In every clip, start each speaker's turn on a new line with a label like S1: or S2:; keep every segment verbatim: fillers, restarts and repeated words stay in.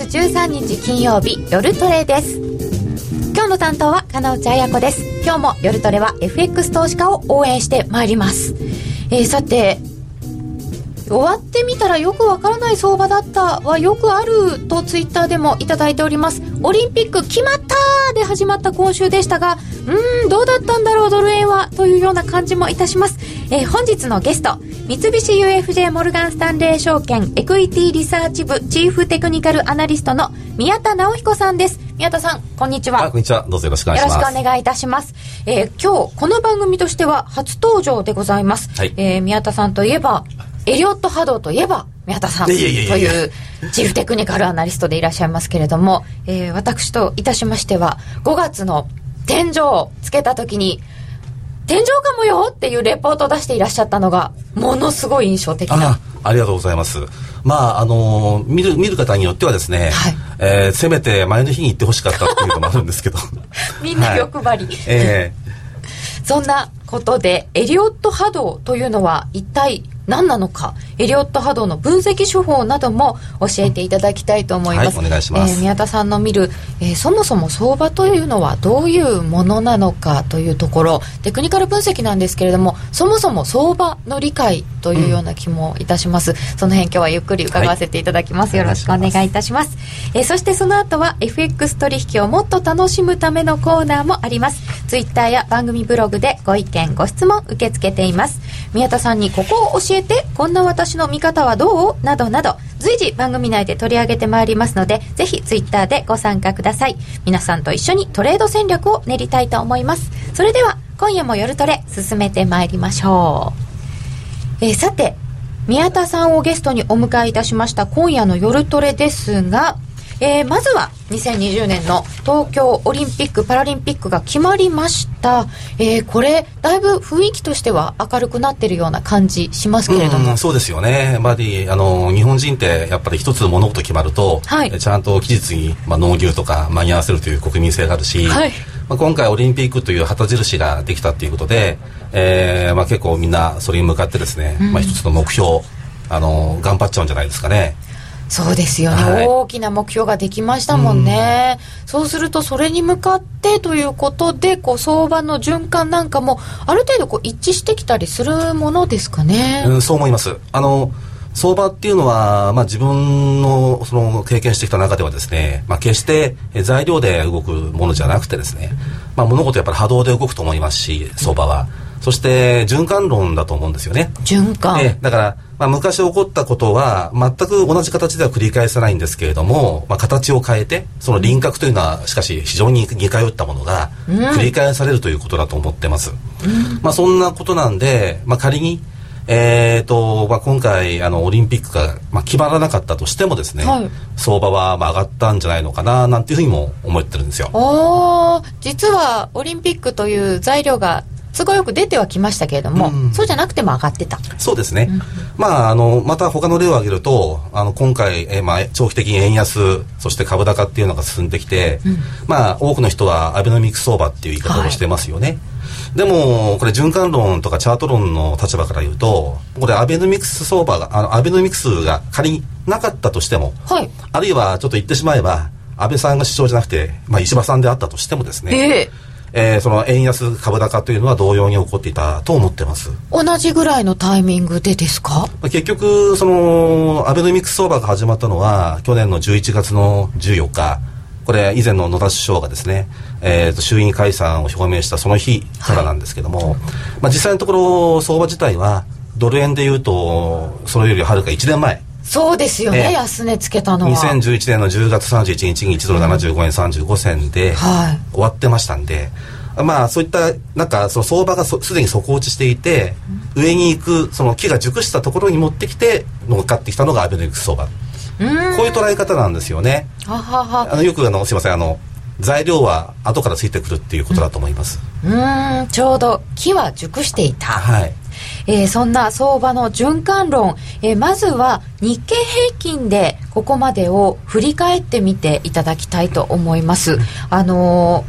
S1: じゅうさんにち金曜日、夜トレです。今日の担当は金内彩子です。今日も夜トレは エフエックス 投資家を応援してまいります。えー、さて終わってみたらよくわからない相場だったはよくあるとツイッターでもいただいております。オリンピック決まったで始まった今週でしたが、うーんどうだったんだろうドル円はというような感じもいたします。えー、本日のゲスト、三菱 ユーエフジェー モルガンスタンレー証券エクイティリサーチ部チーフテクニカルアナリストの宮田直彦さんです。宮田さん、こんにちは。
S2: あ、こんにちは。どうぞよろしくお願いします。
S1: よろしくお願いいたします。えー、今日この番組としては初登場でございます。はい、えー、宮田さんといえばエリオット波動といえば宮田さんというチーフテクニカルアナリストでいらっしゃいますけれども、えー、私といたしましてはごがつの天井をつけた時に天井かもよっていうレポートを出していらっしゃったのがものすごい印象的な。
S2: あ, ありがとうございます。まああの見る見る方によってはですね、はい、えー、せめて前の日に行ってほしかったっていうのもあるんですけど
S1: みんな欲張り、はい、えー、そんなことでエリオット波動というのは一体何なのか、エリオット波動の分析手法なども教えていただきたいと思います。
S2: はい、お願いします。
S1: えー、宮田さんの見る、えー、そもそも相場というのはどういうものなのかというところ、テクニカル分析なんですけれども、そもそも相場の理解というような気もいたします。うん、その辺今日はゆっくり伺わせていただきます。はい、よろしくお願いいたします。えー、そしてその後は エフエックス 取引をもっと楽しむためのコーナーもあります。ツイッターや番組ブログでご意見ご質問受け付けています。宮田さんにここを教えて、こんな私の見方はどうなどなど随時番組内で取り上げてまいりますので、ぜひツイッターでご参加ください。皆さんと一緒にトレード戦略を練りたいと思います。それでは今夜も夜トレ進めてまいりましょう。えー、さて宮田さんをゲストにお迎えいたしました今夜の夜トレですが、えー、まずはにせんにじゅうねんの東京オリンピックパラリンピックが決まりました。えー、これだいぶ雰囲気としては明るくなってるような感じしますけれども。
S2: うん、そうですよね。やっぱりあの日本人ってやっぱり一つ物事決まると、はい、ちゃんと期日に、まあ、納牛とか間に合わせるという国民性があるし、はい、まあ、今回オリンピックという旗印ができたということで、えーまあ、結構みんなそれに向かってですね、うん、まあ、一つの目標あの頑張っちゃうんじゃないですかね。
S1: そうですよね、はい、大きな目標ができましたもんね。うん、そうするとそれに向かってということで、こう相場の循環なんかもある程度こう一致してきたりするものですかね。
S2: うん、そう思います。あの相場っていうのは、まあ、自分のその経験してきた中ではですね、まあ、決して材料で動くものじゃなくてですね、まあ、物事やっぱり波動で動くと思いますし、相場は、うん、そして循環論だと思うんですよね。
S1: 循環、
S2: えだから、まあ、昔起こったことは全く同じ形では繰り返さないんですけれども、まあ、形を変えてその輪郭というのはしかし非常に似通ったものが繰り返されるということだと思ってます。うん、まあ、そんなことなんで、まあ、仮にえーとまあ、今回あのオリンピックが、まあ、決まらなかったとしてもですね、はい、相場は、まあ、上がったんじゃないのかななんていうふうにも思ってるんですよ。
S1: お実はオリンピックという材料が都合よく出てはきましたけれども、うん、そうじゃなくても上がってた。
S2: そうですね、うん、まあ、あのまた他の例を挙げるとあの今回、えーまあ、長期的に円安そして株高っていうのが進んできて、うん、まあ、多くの人はアベノミクス相場っていう言い方をしてますよね。はい、でもこれ循環論とかチャート論の立場から言うと、これアベノミクス相場があのアベノミクスが仮になかったとしても、はい、あるいはちょっと言ってしまえば安倍さんが首相じゃなくて、まあ、石破さんであったとしてもですね、えーえー、その円安株高というのは同様に起こっていたと思ってます。
S1: 同じぐらいのタイミングでですか？
S2: 結局そのアベノミクス相場が始まったのは去年のじゅういちがつのじゅうよっか、これ以前の野田首相がですね、えー、と衆院解散を表明したその日からなんですけども、はい、まあ、実際のところ相場自体はドル円でいうとそれよりはるかいちねんまえ。
S1: そうですよね、えー、安値つけたのは
S2: にせんじゅういちねんのじゅうがつさんじゅういちにちにいちドルななじゅうごえんさんじゅうごせんで終わってましたんで、はい、まあそういったなんかその相場がすでに底落ちしていて、うん、上に行くその木が熟したところに持ってきて乗っかってきたのがアベノミクス相場、こういう捉え方なんですよね。ははは、あのよくあのすいませんあの材料は後からついてくるっていうことだと思います。
S1: うん、うーんちょうど木は熟していた、はい、えー、そんな相場の循環論、えー、まずは日経平均でここまでを振り返ってみていただきたいと思います。あのー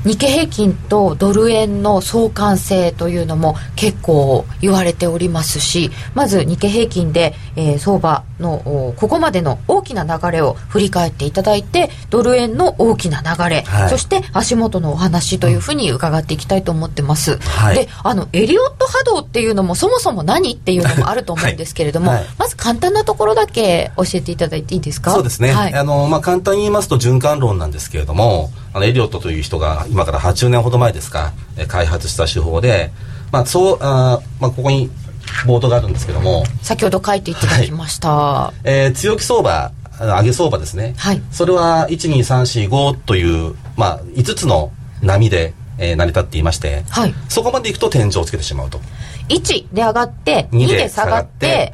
S1: 日経平均とドル円の相関性というのも結構言われておりますし、まず日経平均で、えー、相場のここまでの大きな流れを振り返っていただいて、ドル円の大きな流れ、はい、そして足元のお話というふうに伺っていきたいと思ってます、はい、であのエリオット波動っていうのもそもそも何っていうのもあると思うんですけれども、はいはい、まず簡単なところだけ教えていただいていいですか。
S2: そうですね、はい、あのまあ、簡単に言いますと循環論なんですけれども、あのエリオットという人が今からはちじゅうねんほど前ですか、え開発した手法で、まあそうあまあ、ここにボードがあるんですけども、
S1: 先ほど書いていただきました、はい、
S2: えー、強気相場、上げ相場ですね、はい、それはいちにさんしごという、まあ、いつつの波で、えー、成り立っていまして、はい、そこまでいくと天井をつけてしまうと。
S1: いちで上がってにで下がって、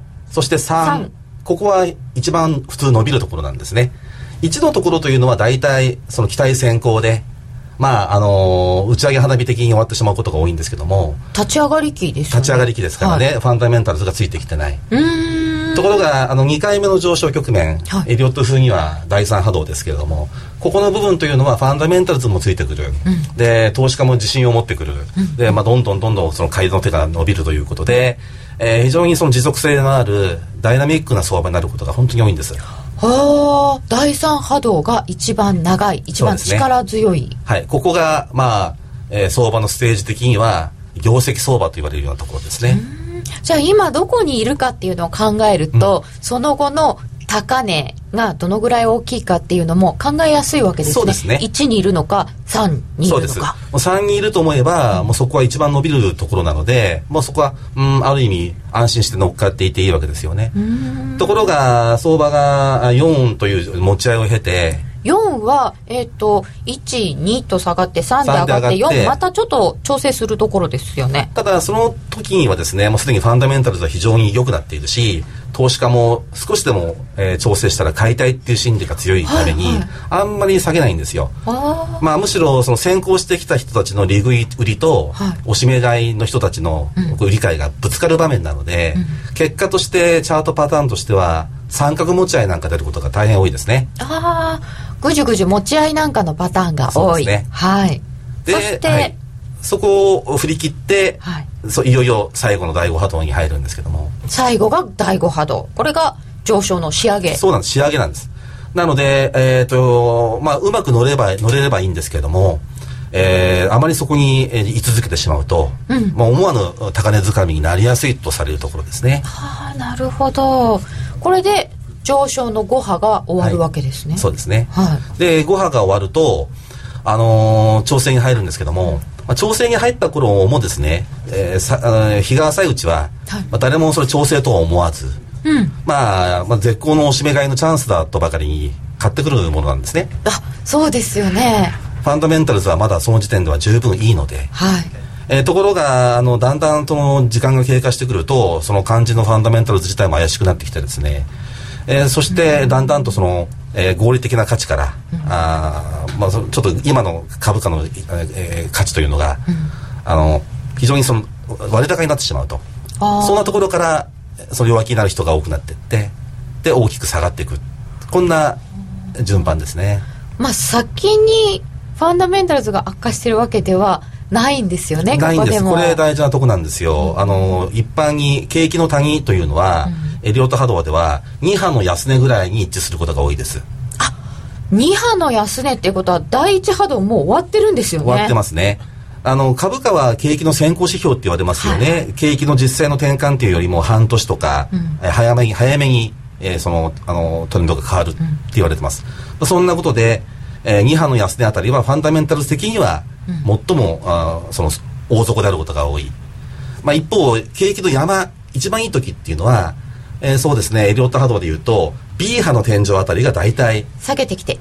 S2: そしてさん、ここは一番普通伸びるところなんですね。いちのところというのは大体その期待先行で、まああのー、打ち上げ花火的に終わってしまうことが多いんですけども、
S1: 立ち上がり期ですよね。
S2: 立ち上がり期ですからね、はい、ファンダメンタルズがついてきてない。
S1: うーん、
S2: ところがあのにかいめの上昇局面、はい、エリオット風にはだいさん波動ですけれども、ここの部分というのはファンダメンタルズもついてくる、うん、で投資家も自信を持ってくる、うん、で、まあ、どんどんどんどんその買いの手が伸びるということで、えー、非常にその持続性のあるダイナミックな相場になることが本当に多いんです。
S1: はあ、だいさん波動が一番長い、一番力強い、
S2: ね、はい、ここが、まあえー、相場のステージ的には業績相場と言われるようなところですね。
S1: じゃあ今どこにいるかっていうのを考えると、うん、その後の高値がどのぐらい大きいかっていうのも考えやすいわけですね。
S2: そうですね。
S1: いちにいるのかさんにいるのか。そうです。
S2: もうさんにいると思えば、うん、もうそこは一番伸びるところなので、もうそこは、うん、ある意味安心して乗っかっていていいわけですよね。ところが相場がよんという持ち合いを経て、
S1: よんは、えー、といち、にと下がってさんで上がってよん、またちょっと調整するところですよね。
S2: ただその時にはですね、もうすでにファンダメンタルズは非常に良くなっているし、投資家も少しでも、えー、調整したら買いたいっていう心理が強いために、はいはい、あんまり下げないんですよ。あ、まあ、むしろその先行してきた人たちの利食い売りと、はい、おしめ買いの人たちの売り買いがぶつかる場面なので、うん、結果としてチャートパターンとしては三角持ち合いなんか出ることが大変多いですね。
S1: ああ、ぐじゅぐじゅ持ち合いなんかのパターンが多い。そうですね。はい。
S2: で、そして、はい、そこを振り切って、はい、そういよいよ最後のだいご波動に入るんですけども、
S1: 最後がだいご波動、これが上昇の仕上げ。
S2: そうなんです、仕上げなんです。なので、えーとまあ、うまく乗れば乗れればいいんですけども、えー、あまりそこに居続けてしまうと、うん、まあ、思わぬ高値掴みになりやすいとされるところですね。
S1: はあ、なるほど。これで上昇のご波が終わるわけですね。
S2: はい、そうですね。
S1: はい、で
S2: ご波が終わると、あのー、調整に入るんですけども、まあ、調整に入った頃もですね、えー、さあ日が浅いうちは、はい、まあ、誰もそれ調整とは思わず、うん、まあ、まあ絶好のおしめ買いのチャンスだとばかりに買ってくるものなんですね。
S1: あ、そうですよね。
S2: ファンダメンタルズはまだその時点では十分いいので、
S1: はい、
S2: えー、ところがあのだんだんとの時間が経過してくると、その肝心のファンダメンタルズ自体も怪しくなってきてですね、えー、そしてだんだんとその、えー、合理的な価値から、うん、あ、まあ、ちょっと今の株価の、えー、価値というのが、うん、あの非常にその割高になってしまうと、そんなところからその弱気になる人が多くなっていって、で大きく下がっていく、こんな順番ですね。
S1: まあ、先にファンダメンタルズが悪化してるわけではないんですよね。
S2: ないんです。これ大事なとこなんですよ。うん、あの一般に景気の谷というのは、うん、エリオット波動ではに波の安値ぐらいに一致することが多いです。
S1: あ、に波の安値っていうことはだいいち波動もう終わってるんですよね。
S2: 終わってますね。あの株価は景気の先行指標って言われますよね。はい、景気の実際の転換というよりも半年とか、うん、え早めに早めに、えー、そのあのトレンドが変わるって言われてます。うん、そんなことで、えー、に波の安値あたりはファンダメンタルズ的には最も、うん、あその大底であることが多い。まあ、一方景気の山一番いい時っていうのは、えー、そうですね、エリオット波動でいうと B 波の天井あたりが大体
S1: 下げてきて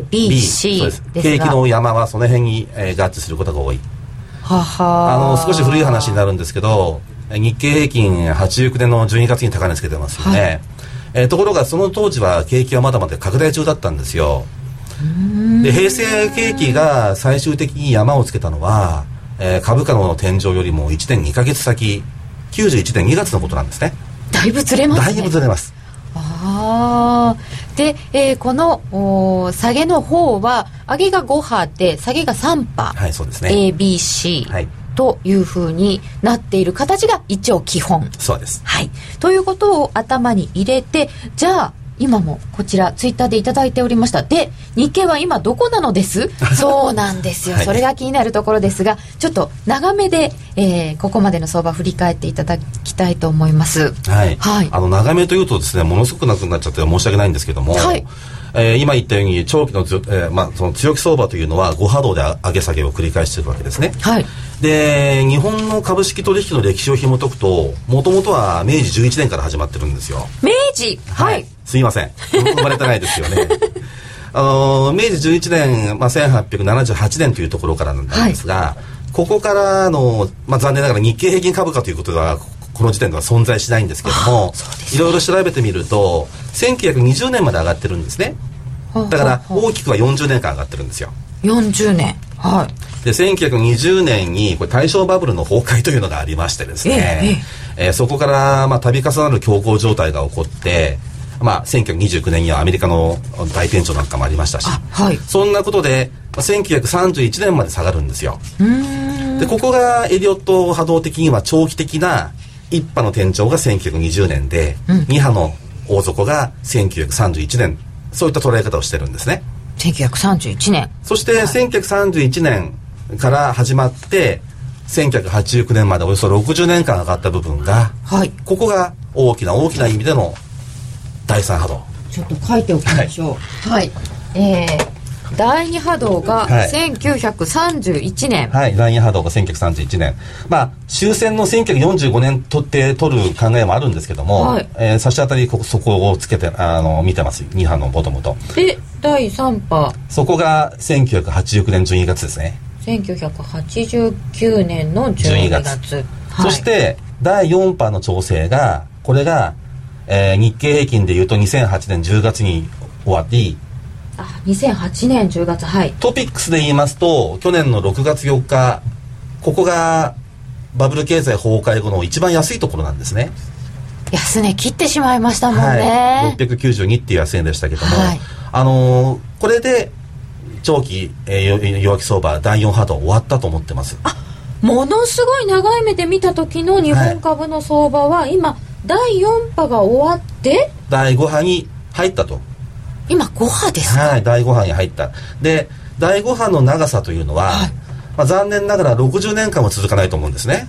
S1: A、B、C
S2: そうです。景気の山はその辺に、えー、合致することが多い。
S1: はは、
S2: あの少し古い話になるんですけど、日経平均はちじゅうきゅうねんのじゅうにがつに高値つけてますよね。はい、えー、ところがその当時は景気はまだまだ拡大中だったんですよ。で平成景気が最終的に山をつけたのは、えー、株価の天井よりもいちねんにかげつ先きゅうじゅういちねんにがつのことなんですね。
S1: だいぶずれますね。
S2: だいぶずれます。
S1: ああ、 で、えー、この下げの方は上げがご波で下げがさん波、
S2: はい、そうですね、
S1: エービーシー、はい、というふうになっている形が一応基本。
S2: そうです、
S1: はい、ということを頭に入れて、じゃあ今もこちらツイッターでいただいておりました。で、日経は今どこなのですそうなんですよ、はい、それが気になるところですが、ちょっと長めで、えー、ここまでの相場振り返っていただきたいと思います。
S2: はい、はい、あの長めというとですね、ものすごくなくなっちゃって申し訳ないんですけども、はい、えー、今言ったように長期の、えーまあ、その強気相場というのはご波動で上げ下げを繰り返しているわけですね。はい、で、日本の株式取引の歴史を紐解くと、もともとはめいじじゅういちねんから始まってるんですよ。
S1: 明治、はい、はい、
S2: すいません、生まれてないですよねあのめいじじゅういちねん、まあ、せんはっぴゃくななじゅうはちねんというところからなんですが、はい、ここからの、まあ、残念ながら日経平均株価ということがこの時点では存在しないんですけども、いろいろ調べてみるとせんきゅうひゃくにじゅうねんまで上がってるんですね。だから大きくはよんじゅうねんかん上がってるんですよ。
S1: よんじゅうねん、はい、で
S2: せんきゅうひゃくにじゅうねんにこれ大正バブルの崩壊というのがありましてですね、えええー、そこからまあ度重なる恐慌状態が起こって、まあ、せんきゅうひゃくにじゅうきゅうねんにはアメリカの大天井なんかもありましたし、はい、そんなことでせんきゅうひゃくさんじゅういちねんまで下がるんですよ。うーん、でここがエリオット波動的には長期的ないち波の天井がせんきゅうひゃくにじゅうねんで、うん、に波の大底がせんきゅうひゃくさんじゅういちねん、そういった捉え方をしてるんですね。
S1: せんきゅうひゃくさんじゅういちねん、
S2: そして、はい、せんきゅうひゃくさんじゅういちねんから始まってせんきゅうひゃくはちじゅうきゅうねんまでおよそろくじゅうねんかん上がった部分が、はい、ここが大きな大きな意味でのだいさん波動。
S1: ちょっと書いておきましょう。はい、はい、えー、だいに波動がせんきゅうひゃくさんじゅういちねん、
S2: はい、だいに波動がせんきゅうひゃくさんじゅういちねん、まあ終戦のせんきゅうひゃくよんじゅうごねん取って取る考えもあるんですけども、はい、えー、差し当たりここそこをつけてあの見てます。に波のボトムと。
S1: でだいさん波、
S2: そこがせんきゅうひゃくはちじゅうきゅうねんじゅうにがつですね。
S1: せんきゅうひゃくはちじゅうきゅうねんのじゅうにがつ、
S2: はい、そしてだいよん波の調整がこれが、えー、日経平均でいうとにせんはちねんじゅうがつに終わり、
S1: あ、にせんはちねんじゅうがつ、はい、
S2: トピックスで言いますと去年のろくがつよっか、ここがバブル経済崩壊後の一番安いところなんですね。
S1: 安値切ってしまいましたもんね、
S2: はい、ろっぴゃくきゅうじゅうにっていう安値でしたけども、はい、あのー、これで長期、えー、弱気相場だいよん波動終わったと思ってます。
S1: あ、ものすごい長い目で見た時の日本株の相場は、はい、今だいよん波が終わって
S2: だいご波に入ったと。
S1: 今ご波ですか。
S2: はい、だいご波に入った。でだいご波の長さというのは、はい、まあ、残念ながらろくじゅうねんかんも続かないと思うんですね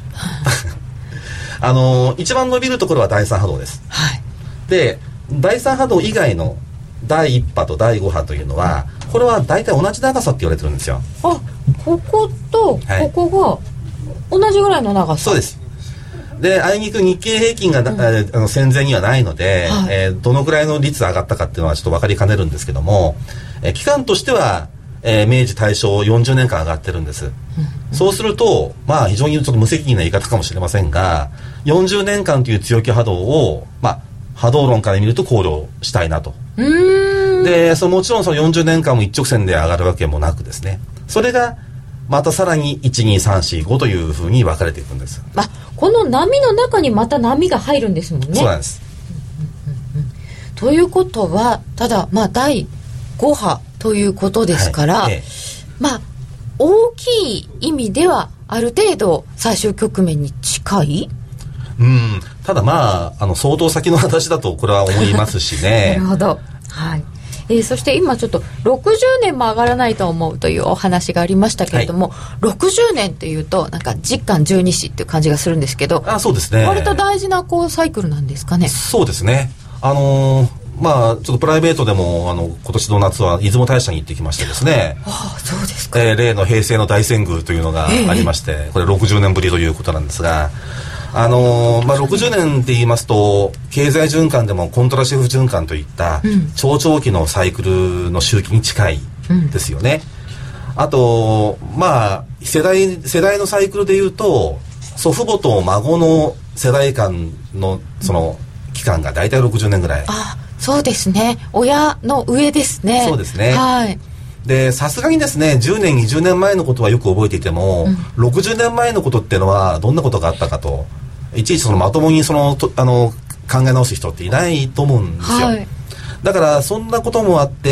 S2: あのー、一番伸びるところはだいさん波動です、はい、でだいさん波動以外のだいいち波とだいご波というのは、これは大体同じ長さって言われてるんですよ。
S1: あ、こことここが同じぐらいの長さ、はい、
S2: そうです。であいにく日経平均が、うん、あの戦前にはないので、はい、えー、どのくらいの率上がったかっていうのはちょっと分かりかねるんですけども、えー、期間としては、えー、明治大正よんじゅうねんかん上がってるんです、うん、そうするとまあ非常にちょっと無責任な言い方かもしれませんが、よんじゅうねんかんという強気波動を、まあ、波動論から見ると考慮したいなと。うーん、でそのもちろんそのよんじゅうねんかんも一直線で上がるわけもなくですね、それがまたさらにいちにさんしごというふうに分かれていくんです。
S1: あ、この波の中にまた波が入るんですもんね。
S2: そうなんです、
S1: うんうんうん、ということはただまあだいご波ということですから、はい、ええ、まあ大きい意味ではある程度最終局面に近い。
S2: うん、ただまあ、あの相当先の話だとこれは思いますしね
S1: なるほど、はい、えー、そして今ちょっとろくじゅうねんも上がらないと思うというお話がありましたけれども、はい、ろくじゅうねんっていうとなんか実感十二支っていう感じがするんですけど、
S2: あ、そうですね、
S1: 割と大事なこうサイクルなんですかね。
S2: そうですね、あのーまあ、ちょっとプライベートでもあの今年の夏は出雲大社に行ってきましてですね、
S1: ああ、そうですか、
S2: えー、例の平成の大遷宮というのがありまして、えー、これろくじゅうねんぶりということなんですが、あのーまあ、ろくじゅうねんって言いますと経済循環でもコントラシフ循環といった超長期のサイクルの周期に近いですよね、うん、あとまあ世代世代のサイクルでいうと祖父母と孫の世代間のその期間が大体ろくじゅうねんぐらい。
S1: あ、そうですね、親の上ですね。
S2: そうですね、
S1: はい。
S2: でさすがにですねじゅうねんにじゅうねんまえのことはよく覚えていても、うん、ろくじゅうねんまえのことっていうのはどんなことがあったかといちいちそのまともにそのとあの考え直す人っていないと思うんですよ、はい、 だからそんなこともあって、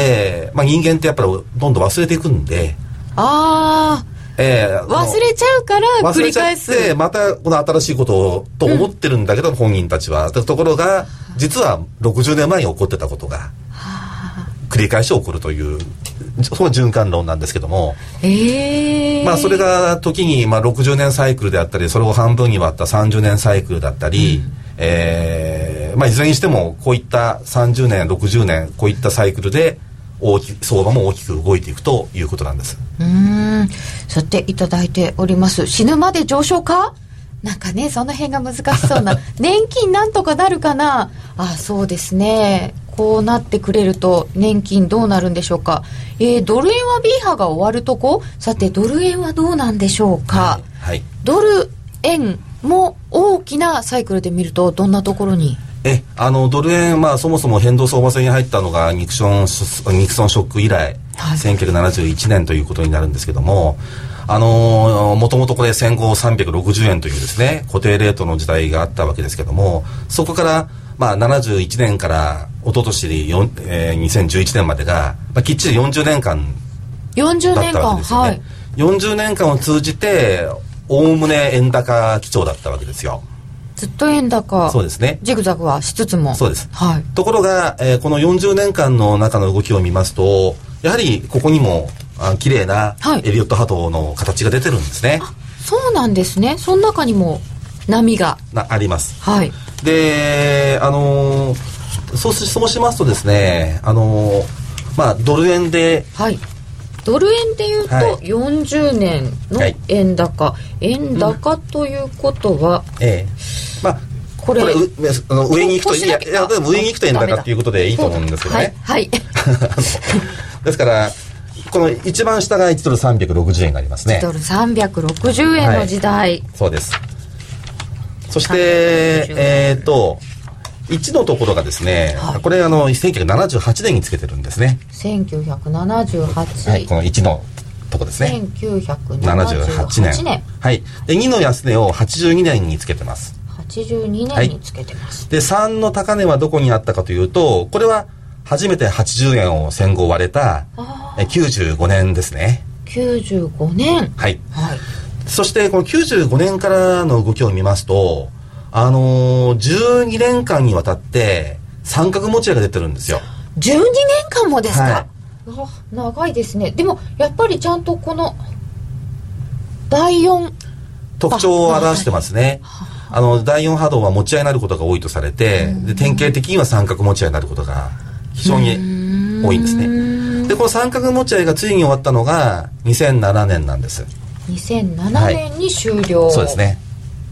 S2: まあ、人間ってやっぱりどんどん忘れていくんで、
S1: ああ、えー、忘れちゃうから繰り返す、
S2: 忘れちゃってまたこの新しいことをと思ってるんだけど、うん、本人たちはところが実はろくじゅうねんまえに起こってたことが繰り返し起こるという、その循環論なんですけども、
S1: えー
S2: まあ、それが時にまあろくじゅうねんサイクルであったり、それを半分に割ったさんじゅうねんサイクルだったり、うん、えーまあ、いずれにしてもこういったさんじゅうねんろくじゅうねんこういったサイクルで大き相場も大きく動いていくということなんです。
S1: うーん、そうやっていただいております。死ぬまで上昇か、なんかね、その辺が難しそうな年金なんとかなるかな。あ、そうですね、こうなってくれると年金どうなるんでしょうか。えー、ドル円は B 波が終わるとこ、さてドル円はどうなんでしょうか。
S2: はいはい、
S1: ドル円も大きなサイクルで見るとどんなところに。
S2: えあのドル円、まあ、そもそも変動相場制に入ったのがニクソン、ニクソンショック以来、はい、せんきゅうひゃくななじゅういちねんということになるんですけども、あのー、もともとこれ戦後さんびゃくろくじゅうえんというですね固定レートの時代があったわけですけども、そこから、まあ、ななじゅういちねんから一昨年で、えー、にせんじゅういちねんまでが、まあ、きっちりよんじゅうねんかんだったわけですよね。はい、よんじゅうねんかんを通じておおむね円高基調だったわけですよ。
S1: ずっと円高、
S2: そうですね、
S1: ジグザグはしつつも。
S2: そうです、
S1: はい、
S2: ところが、えー、このよんじゅうねんかんの中の動きを見ますと、やはりここにもあ綺麗なエリオット波動の形が出てるんですね。
S1: あ、そうなんですね。その中にも波が
S2: なあります。
S1: はい、
S2: で、あのー、そうし、そうしますとですね、あのーまあ、ドル円で、
S1: はい、ドル円でいうとよんじゅうねんの円高、はい、円高ということは、
S2: うん、ええまあ、これ, これあの上に行くといやいやでも上に行くと円高っていうことでいいと思うんですけどね。
S1: はい、はい、
S2: ですからこの一番下がいちドルさんびゃくろくじゅうえんがありますね。
S1: いちドルさんびゃくろくじゅうえんの時代、はい、
S2: そうです。そしてえっ、ー、といちのところがですね、はい、これあのせんきゅうひゃくななじゅうはちねんにつけてるんですね。
S1: せんきゅうひゃくななじゅうはち、
S2: はい、このいちのとこですね。
S1: せんきゅうひゃくななじゅうはちねん、
S2: はい、でにの安値をはちじゅうにねんにつけてます。
S1: はちじゅうにねんにつけてます、
S2: はい、でさんの高値はどこにあったかというと、これは初めてはちじゅうえんを戦後割れたきゅうじゅうごねんですね。
S1: きゅうじゅうごねん、
S2: はい、はい、そしてこのきゅうじゅうごねんからの動きを見ますと、あのー、じゅうにねんかんにわたって三角持ち合いが出てるんですよ。
S1: じゅうにねんかんもですか。
S2: はい、
S1: あ、長いですね。でもやっぱりちゃんとこのだいよん
S2: 特徴を表してますね。あのだいよん波動は持ち合いになることが多いとされて、で典型的には三角持ち合いになることが非常に多いんですね。でこの三角持ち合いがついに終わったのがにせんななねんなんです。
S1: にせんななねんに終了、はい、
S2: そうですね。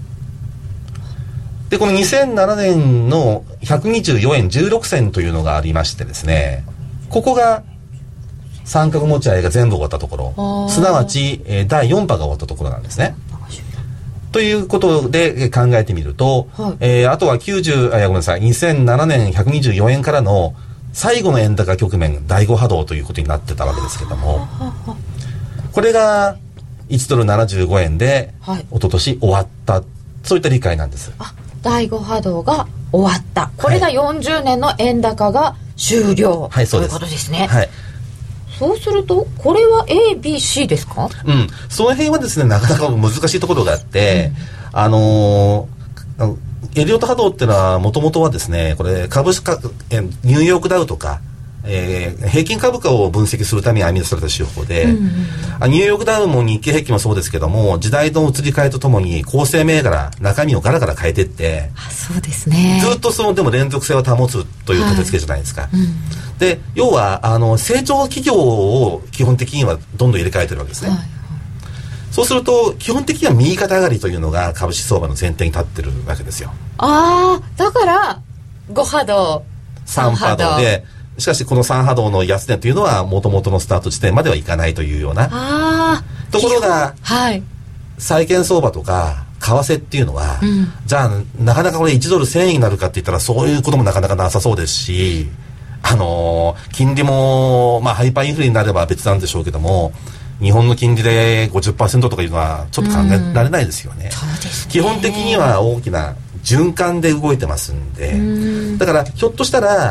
S2: でこのにせんななねんのひゃくにじゅうよえんじゅうろくせんというのがありましてですね、ここが三角持ち合いが全部終わったところ、すなわち、えー、だいよん波が終わったところなんですね。ということで考えてみると、はい、えー、あとはきゅうじゅうあごめんなさいにせんななねんひゃくにじゅうよえんからの最後の円高局面だいご波動ということになってたわけですけども、これがいちドルななじゅうごえんで、はい、一昨年終わった、そういった理解なんです。
S1: あ、だいご波動が終わった、これがよんじゅうねんの円高が終了、はい、ということですね。はい、そうするとこれは エービーシー ですか。
S2: うん、その辺はですねなかなか難しいところがあって、うん、あのー、エリオット波動っていうのはもともとはですね、これ株式ニューヨークダウとか、えー、平均株価を分析するために編み出された手法で、うんうんうん、ニューヨークダウも日経平均もそうですけども、時代の移り変えとともに構成銘柄中身をガラガラ変えていって、
S1: あ、そうですね、
S2: ずっとそのでも連続性を保つという立て付けじゃないですか、はい、うん、で要はあの成長企業を基本的にはどんどん入れ替えてるわけですね、はい、そうすると基本的には右肩上がりというのが株式相場の前提に立ってるわけですよ。
S1: ああ、だからご波動
S2: さん波動で、しかしこのさん波動の安値というのはもともとのスタート地点まではいかないというような
S1: あ
S2: ところが、
S1: はい、
S2: 債券相場とか為替っていうのは、うん、じゃあなかなかこれいちドルせんえんになるかって言ったらそういうこともなかなかなさそうですし、あのー、金利も、まあ、ハイパーインフレになれば別なんでしょうけども、日本の金利で ごじゅっパーセント とかいうのはちょっと考えられないですよね、うん、
S1: そうですね。
S2: 基本的には大きな循環で動いてますんで、うん、だからひょっとしたら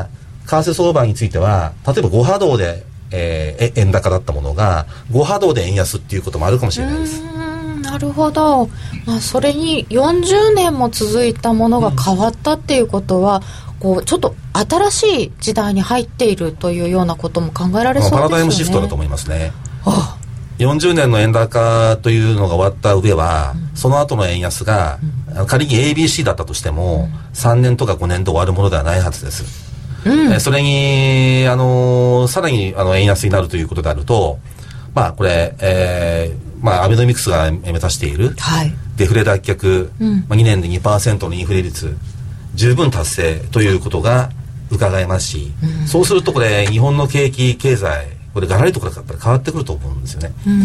S2: 為替相場については例えばご波動で、えー、円高だったものがご波動で円安っていうこともあるかもしれないです。
S1: うーん、なるほど、まあ、それによんじゅうねんも続いたものが変わったっていうことは、うん、こうちょっと新しい時代に入っているというようなことも考えられそうですよね。
S2: パラダイムシフトだと思いますね。
S1: ああ、
S2: よんじゅうねんの円高というのが終わった上は、うん、その後の円安が、うん、仮に エービーシー だったとしても、うん、さんねんとかごねんで終わるものではないはずです、うん、えそれに、あのー、さらにあの円安になるということであると、まあこれ、えーまあ、アベノミクスが目指している、はい、デフレ脱却、うんまあ、にねんで にパーセント のインフレ率十分達成ということが伺えますし、うん、そうするとこれ日本の景気経済これガラリとかやっぱり変わってくると思うんですよね。うん、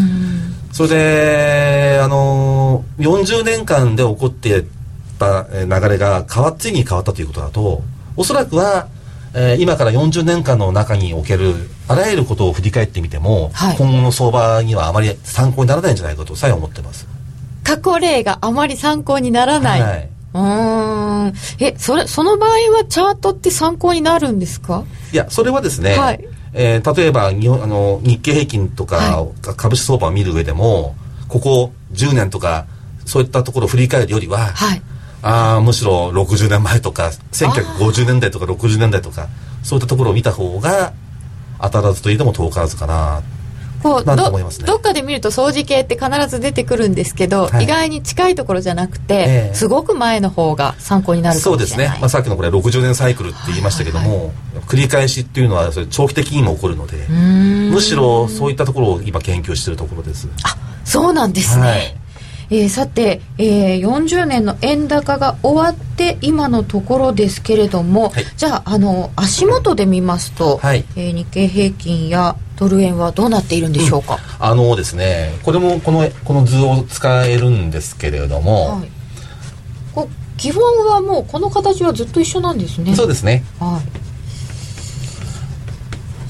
S2: それであのよんじゅうねんかんで起こっていた流れが変わっついに変わったということだと、おそらくは、えー、今からよんじゅうねんかんの中におけるあらゆることを振り返ってみても、はい、今後の相場にはあまり参考にならないんじゃないかとさえ思ってます。
S1: 過去例があまり参考にならない、はい、うーんえそれその場合はチャートって参考になるんですか？
S2: いやそれはですね、はいえー、例えば日本あの日経平均とか、はい、株式相場を見る上でもここじゅうねんとかそういったところを振り返るよりは、はい、あむしろろくじゅうねんまえとかせんきゅうひゃくごじゅうねんだいとかろくじゅうねんだいとかそういったところを見た方が当たらずといっても遠からずかな
S1: こうなんと思いますね。ど, どっかで見ると相似系って必ず出てくるんですけど、はい、意外に近いところじゃなくて、えー、すごく前の方が参考になるかもしれない。
S2: そうですね、まあ、さっきのこれろくじゅうねんサイクルって言いましたけども、はいはいはい、繰り返しっていうのはそれ長期的にも起こるのでむしろそういったところを今研究しているところです。
S1: あ、そうなんですね、はいえー、さて、えー、よんじゅうねんの円高が終わって今のところですけれども、はい、じゃあ、あの足元で見ますと、はいえー、日経平均やドル円はどうなっているんでしょうか？
S2: うん、あのですねこれもこの、この図を使えるんですけれども、はい、
S1: こ基本はもうこの形はずっと一緒なんですね。
S2: そうですね、はい、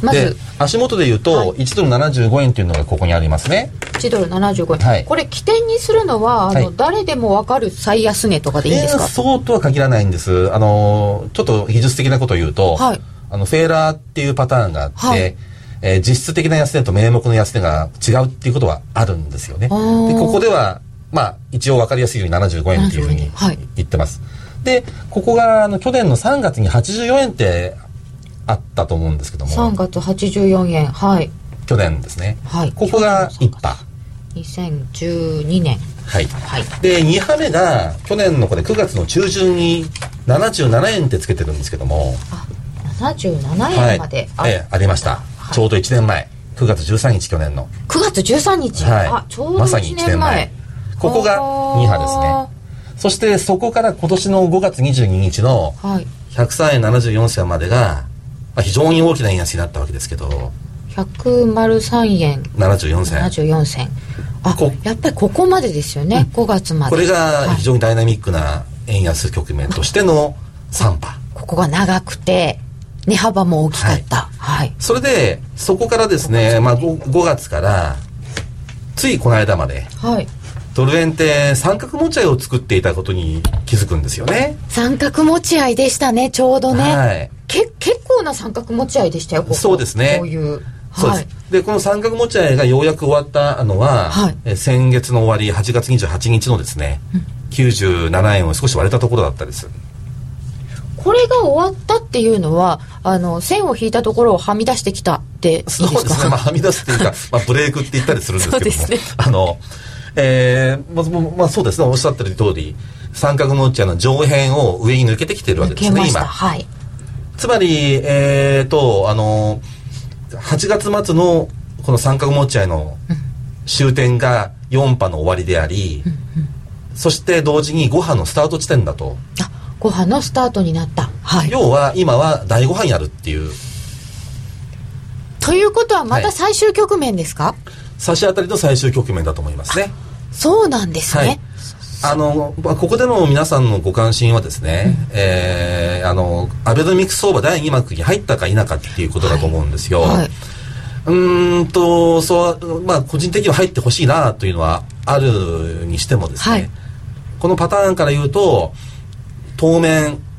S2: まず足元でいうと、はい、いちドルななじゅうごえんというのがここにありますね。
S1: いちドルななじゅうごえん、はい、これ起点にするのはあの、はい、誰でも分かる最安値とかでいいんですか？
S2: えー、そうとは限らないんです。あのちょっと技術的なことを言うと、はい、あのフェーラーっていうパターンがあって、はいえー、実質的な安値と名目の安値が違うっていうことはあるんですよね。でここでは、まあ、一応分かりやすいようにななじゅうごえんっていうふうに言ってます、はい、でここがあの去年のさんがつにはちじゅうよえんってあったと思うんですけども、
S1: さんがつはちじゅうよえん、はい
S2: 去年ですね、はい、ここがいち波
S1: にせんじゅうにねん、
S2: はいはい、でに波目が去年のこれくがつの中旬にななじゅうななえんってつけてるんですけども、
S1: あななじゅうななえんまで
S2: あ,、はいええ、ありました、はい、ちょうどいちねんまえくがつじゅうさんにち去年の
S1: くがつじゅうさんにち、はい、あちょうどいちねんまえ、まさにいちねんまえ
S2: ここがに波ですね。そしてそこから今年のごがつにじゅうににちのひゃくさんえんななじゅうよんせんまでが、まあ、非常に大きな円安になったわけですけど
S1: ひゃくさんえん
S2: ななじゅうよんせん
S1: ななじゅうよんせんあやっぱりここまでですよね、うん、ごがつまで
S2: これが非常にダイナミックな円安局面としてのさん波、
S1: ここが長くて値幅も大きかった、はいはい、
S2: それでそこからですね、まあ、5, ごがつからついこの間まで、はい、ドル円って三角持ち合いを作っていたことに気づくんですよね。
S1: 三角持ち合いでしたね、ちょうどね、はい、け結構な三角持ち合いでしたよ、ここ
S2: そうですね、
S1: こういう、
S2: そうです、はい、でこの三角持ち合いがようやく終わったのは、はい、え先月の終わりはちがつにじゅうはちにちのですね、うん、きゅうじゅうななえんを少し割れたところだったです。
S1: これが終わったっていうのはあの線を引いたところをはみ出してきたっていいですか？
S2: そうですね、まあ、はみ出すっていうか、まあ、ブレークって言ったりするんですけどもそうですね、あのえーまあまあ、そうですね、おっしゃってる通り三角持ち合いの上辺を上に抜けてきてるわけですね今、はい、つまり、えー、とあのはちがつ末のこの三角持ち合いの終点がよん波の終わりであり、うんうん、そして同時にご波のスタート地点だと。
S1: あご波のスタートになった、はい、
S2: 要は今はだいご波にあるっていう。
S1: ということはまた最終局面ですか？はい、
S2: 差し当たりの最終局面だと思いますね。
S1: そうなんですね、
S2: はい、あのここでの皆さんのご関心はですね、うんえー、あのアベノミクス相場だいに幕に入ったか否かっていうことだと思うんですよ、はいはい、うーんとそう、まあ、個人的には入ってほしいなというのはあるにしてもですね、はい、このパターンから言うと当面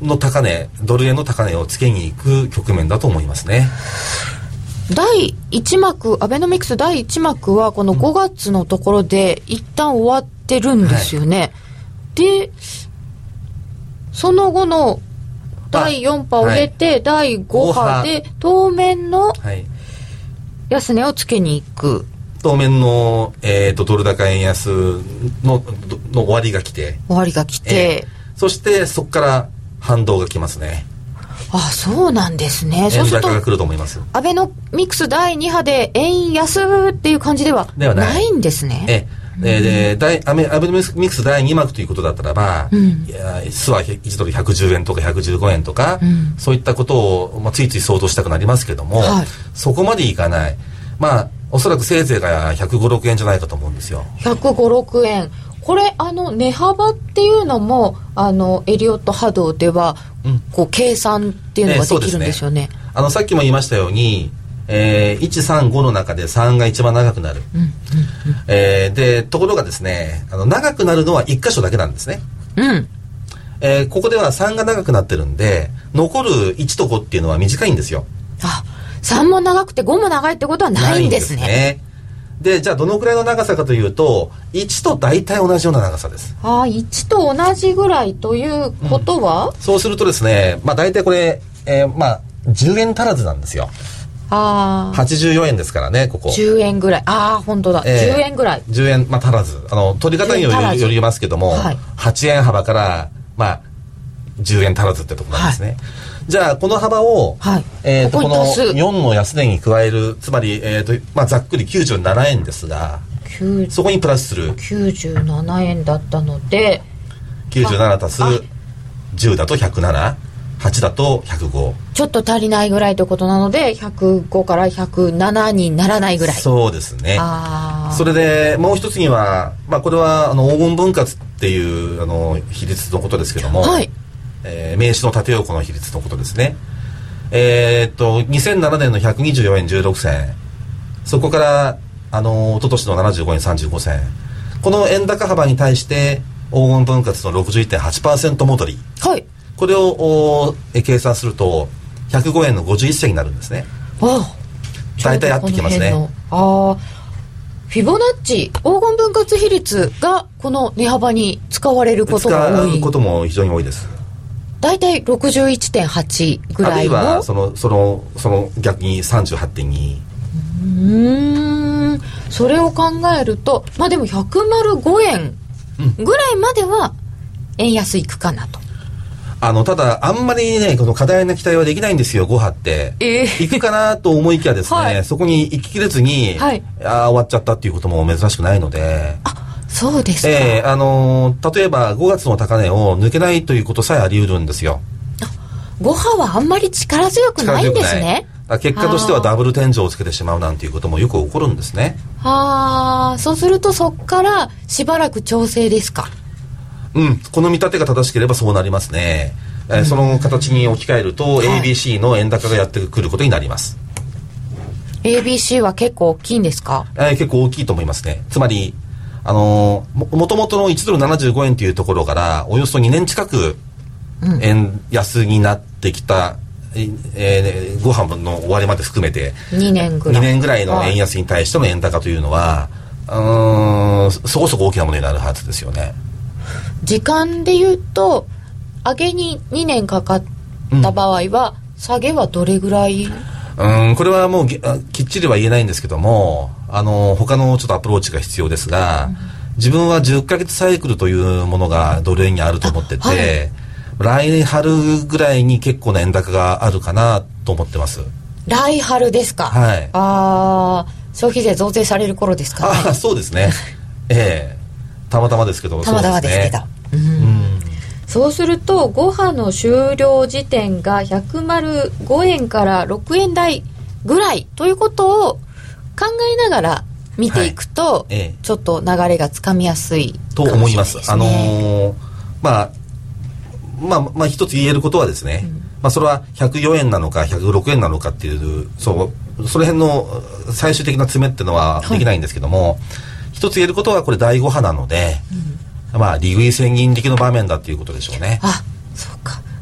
S2: の高値、ドル円の高値をつけに行く局面だと思いますね。
S1: だいいち幕、アベノミクスだいいち幕はこのごがつのところで一旦終わってるんですよね、はい、でその後のだいよん波を経て、はい、だいご波で当面の安値をつけに行く、
S2: 当面の、えー、とドル高円安 の, の終わりが来て
S1: 終わりが来て、
S2: えー、そしてそこから反動が来ますね。
S1: あ、そうなんですね。
S2: 円高が来ると思います。
S1: アベノミクスだいに波で円安っていう感じではないんですね。
S2: ええででアベノミクスだいに幕ということだったらば、うん、いやスはいちドルひゃくじゅうえんとかひゃくじゅうごえんとか、うん、そういったことを、まあ、ついつい想像したくなりますけども、はい、そこまでいかない。まあおそらくせいぜいがひゃくごじゅうろくえんじゃないかと思うんですよ。
S1: ひゃくごじゅうろくえん、これあの値幅っていうのもあのエリオット波動では、うん、こう計算っていうのができるんですよね。
S2: ね、あのさっきも言いましたように、えー、いちさんごの中でさんが一番長くなる、うんうんうん、えー、でところがですね、あの長くなるのはいっ箇所だけなんですね、うんえー、ここではさんが長くなってるんで残るいちとごっていうのは短いんですよ。
S1: あ、さんも長くてごも長いってことはないんですね。
S2: ないんですね。でじゃあどのくらいの長さかというといちと大体同じような長さです。
S1: あ、いちと同じぐらいということは、
S2: うん、そうするとですね、まあ、大体これ、えー、まあじゅうえん足らずなんですよ。あ、はちじゅうよえんですからね、ここ
S1: じゅうえんぐらい。ああ、本当だ、えー、じゅうえんぐらい、
S2: じゅうえん、まあ、足らず、あの取り方により、よりますけども、はい、はちえん幅から、まあ、じゅうえん足らずってところなんですね、はい。じゃあこの幅を、はい、えー、とこ, このよんの安値に加える、つまり、えーとまあ、ざっくりきゅうじゅうななえんですが、そこにプラスする
S1: きゅうじゅうななえんだったので
S2: きゅうじゅうなな足すじゅうだとひゃくなな、はちだとひゃくご、
S1: ちょっと足りないぐらいということなのでひゃくごからひゃくななにならないぐらい。
S2: そうですね。あ、それでもう一つには、まあ、これはあの黄金分割っていうあの比率のことですけども、はい、えー、名刺の縦横の比率のことですね。えー、っとにせんななねんのひゃくにじゅうよえんじゅうろくせん、そこからあの一昨年のななじゅうごえんさんじゅうごせん、この円高幅に対して黄金分割の ろくじゅういってんはちパーセント 戻り、はい、これをえ計算するとひゃくごえんのごじゅういっ銭になるんですね。ああ、大体合ってきますね。
S1: ああ、フィボナッチ黄金分割比率がこの値幅に使われることが多い。
S2: 使うことも非常に多いです。
S1: だいたい ろくじゅういってんはち ぐらいの、あるいは
S2: そのそのその逆に さんじゅうはちてんに。
S1: うーん、それを考えるとまあでもひゃくごえんぐらいまでは円安いくかなと、うん、
S2: あのただあんまりねこの過大な期待はできないんですよ、ご波って、えー、いくかなと思いきやですね、はい、そこに行ききれずに、はい、あ終わっちゃったっていうことも珍しくないので。
S1: あ、そうですか。
S2: えー、あのー、例えばごがつの高値を抜けないということさえあり得るんですよ。
S1: あ、ご波はあんまり力強くないんですね。
S2: 結果としてはダブル天井をつけてしまうなんていうこともよく起こるんですね。
S1: ああ、そうするとそこからしばらく調整ですか。
S2: うん、この見立てが正しければそうなりますね、えーうん、その形に置き換えると、はい、エービーシー の円高がやってくることになります。
S1: エービーシー は結構大きいんですか。
S2: えー、結構大きいと思いますね。つまりあのー、も, もともとのいちドルななじゅうごえんというところからおよそにねん近く円安になってきた、うん、えー、ご波の終わりまで含めて
S1: にねんぐらい
S2: にねんぐらいの円安に対しての円高というのは、うーん、そこそこ大きなものになるはずですよね。
S1: 時間でいうと上げににねんかかった場合は、うん、下げはどれぐらい。
S2: うん、これはもうきっちりは言えないんですけども、あの他のちょっとアプローチが必要ですが、うん、自分はじゅっかげつサイクルというものがドル円にあると思ってて、はい、来春ぐらいに結構な円高があるかなと思ってます。
S1: 来春ですか。はい。ああ、消費税増税される頃ですかね。
S2: あ、そうですね。ええ、たまたまですけど。
S1: たまたまですけど。うんうん、そうするとご波の終了時点がひゃくごえんからろくえん台ぐらいということを考えながら見ていくと、はい、ええ、ちょっと流れがつかみやすいかもしれないですね。と思います。あのー、まあまあまあ一つ言えることはですね、うん、まあ、それはひゃくよえんなのかひゃくろくえんなのかっていうそうその辺の最終的な詰めっていうのはできないんですけども、はい、一つ言えることはこれだいご波なので、うん、まあ利食い千銀力の場面だっていうことでしょうね。 あ、そうか。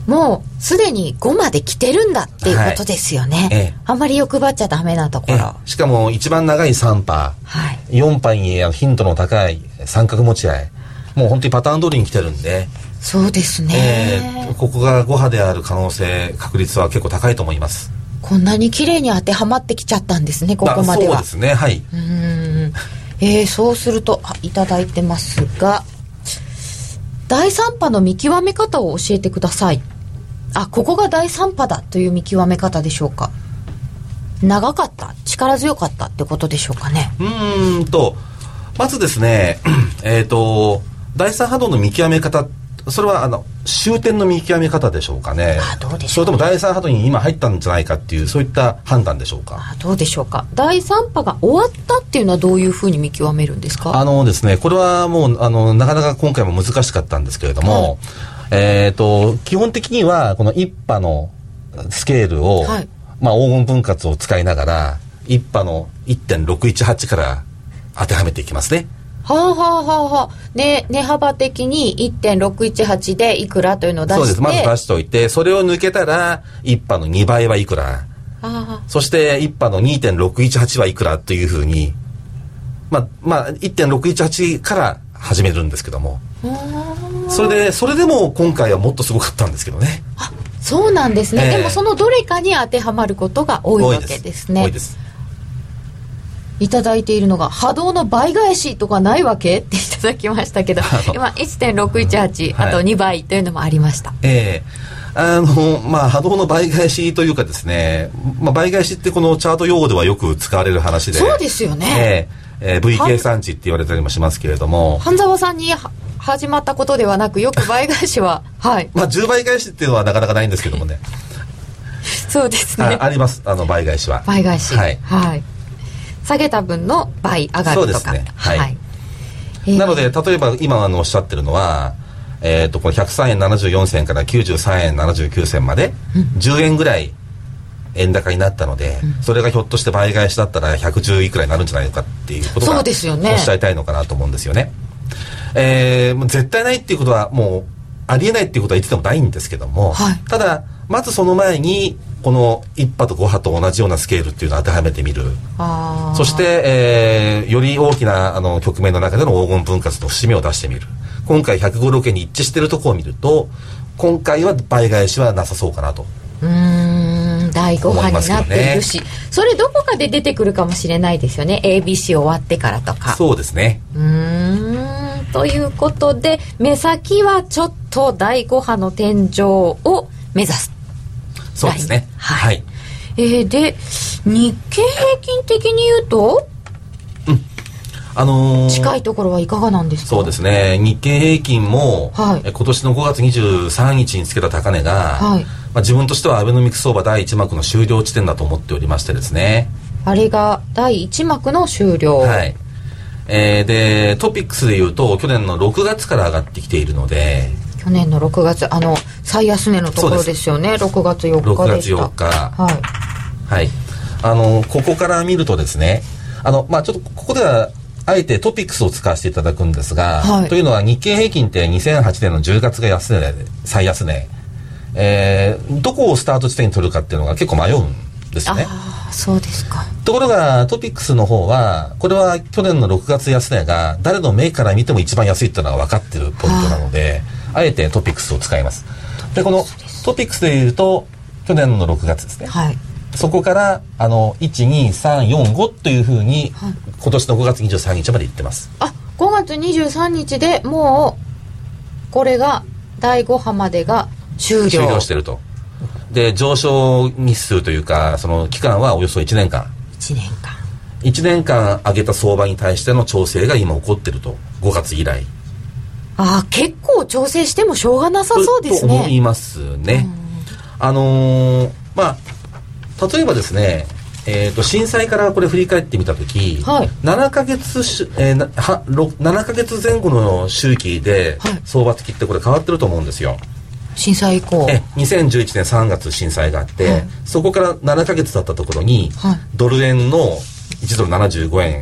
S1: もうすでにごまで来てるんだっていうことですよね、はい、ええ、あんまり欲張っちゃダメなところ、え
S2: え、しかも一番長いさん波、はい、よん波に頻度の高い三角持ち合い、もう本当にパターン通りに来てるんで、
S1: そうですね、
S2: えー、ここがご波である可能性確率は結構高いと思います。
S1: こんなに綺麗に当てはまってきちゃったんですね、ここまでは。
S2: そうですね、はい。
S1: うーん、えー、そうすると、あ、いただいてますが、だいさん波の見極め方を教えてください。あ、ここがだいさん波だという見極め方でしょうか。長かった、力強かったってことでしょうかね。
S2: うーんとまずですねえっとだいさん波動の見極め方、それはあの終点の見極め方でしょうかね。
S1: あ、どうでしょうね。
S2: それともだいさん波動に今入ったんじゃないかっていう、そういった判断でしょうか。
S1: あ、どうでしょうか。だいさん波が終わったっていうのはどういうふうに見極めるんですか。
S2: あのですね、これはもうあのなかなか今回も難しかったんですけれども、はい、えーと基本的にはこのいち波のスケールを、はい、まあ、黄金分割を使いながらいち波の いってんろくいちはち から当てはめていきますね。
S1: はあはあはあはあ、ね、値幅的に いってんろくいちはち でいくらというのを出して、そうです、
S2: まず出しておいて、それを抜けたらいち波のにばいはいくら、あ、そしていち波の にてんろくいちはち はいくらというふうに、まあまあ いってんろくいちはち から始めるんですけども、それでそれでも今回はもっとすごかったんですけどね。
S1: あ、そうなんですね、えー、でもそのどれかに当てはまることが多いわけですね。
S2: 多いです。
S1: いただいているのが、波動の倍返しとかないわけっていただきましたけど、今 いってんろくいちはち、あとにばいというのもありました。
S2: ええー、あのまあ波動の倍返しというかですね、まあ、倍返しってこのチャート用語ではよく使われる話で、
S1: そうですよね、
S2: えーえー、ブイ計算値って言われたりもしますけれども、
S1: 半沢さんに始まったことではなく、よく倍返しははい、
S2: まあじゅうばい返しっていうのはなかなかないんですけどもね
S1: そうですね、
S2: あ, あります、あの倍返しは。
S1: 倍返し、はい、はい、下げた分の倍上がるとか。そうですね、はい、はい、
S2: えー、なので例えば今あのおっしゃってるのは、えー、とこのひゃくさんえんななじゅうよんせんからきゅうじゅうさんえんななじゅうきゅうせんまでじゅうえんぐらい円高になったので、うん、それがひょっとして倍返しだったらひゃくじゅういくらになるんじゃないのかっていうことが
S1: そうですよね、
S2: おっしゃりたいのかなと思うんですよね。えー、絶対ないっていうことはもうありえないっていうことは言っててもないんですけども、はい、ただまずその前にこのいち波とご波と同じようなスケールっていうのを当てはめてみる。あ、そして、えー、より大きなあの局面の中での黄金分割の節目を出してみる。今回ひゃくごじゅうろくえんに一致しているところを見ると、今回は倍返しはなさそうかなと。
S1: うーん、だいご波になっているし、ね、それどこかで出てくるかもしれないですよね。 エービーシー 終わってからとか。
S2: そうですね。
S1: うーん、ということで目先はちょっとだいご波の天井を目指す。
S2: そうですね、はい、はい、
S1: えー、で日経平均的に言うと、
S2: うん、あのー、
S1: 近いところはいかがなんですか。
S2: そうですね、日経平均も、はい、え今年のごがつにじゅうさんにちにつけた高値が、はい、まあ、自分としてはアベノミクス相場だいいち幕の終了地点だと思っておりましてですね。
S1: あれがだいいち幕の終了、
S2: はい、えー、でトピックスでいうと去年のろくがつから上がってきているので、
S1: 去年のろくがつ、あの最安値のところですよね。ろくがつよっかでした。ろくがつよっか、はい、はい、あのここから見るとですね、あの、まあ、ちょっとここではあえてトピックスを使わせていただくんですが、はい、というのは日経平均ってにせんはちねんのじゅうがつが安値で最安値、えー、どこをスタート地点に取るかっていうのが結構迷うんですよね。 あ、そうですか。
S2: ところがトピックスの方はこれは去年のろくがつ安値が誰の目から見ても一番安いっていうのが分かってるポイントなので、あえてトピックスを使います。でこのトピックスでいうと去年のろくがつですね、はい、そこからあのいちにさんよんごというふうに、はい、今年のごがつにじゅうさんにちまでいってます。
S1: あ、ごがつにじゅうさんにちでもうこれがだいご波までが終了
S2: 終了してると。で上昇日数というかその期間はおよそいちねんかん
S1: いちねんかん
S2: いちねんかん上げた相場に対しての調整が今起こってると。ごがつ以来。
S1: あ、結構調整してもしょうがなさそうですね。
S2: と思いますね。あのー、まあ例えばですね、えー、と震災からこれ振り返ってみたとき、はい、ななかげつ、えー、な, はななかげつぜん後の周期で相場的ってこれ変わってると思うんですよ。
S1: 震災以降
S2: えにせんじゅういちねんさんがつ震災があって、はい、そこからななかげつだったところに、はい、ドル円のいちドルななじゅうごえん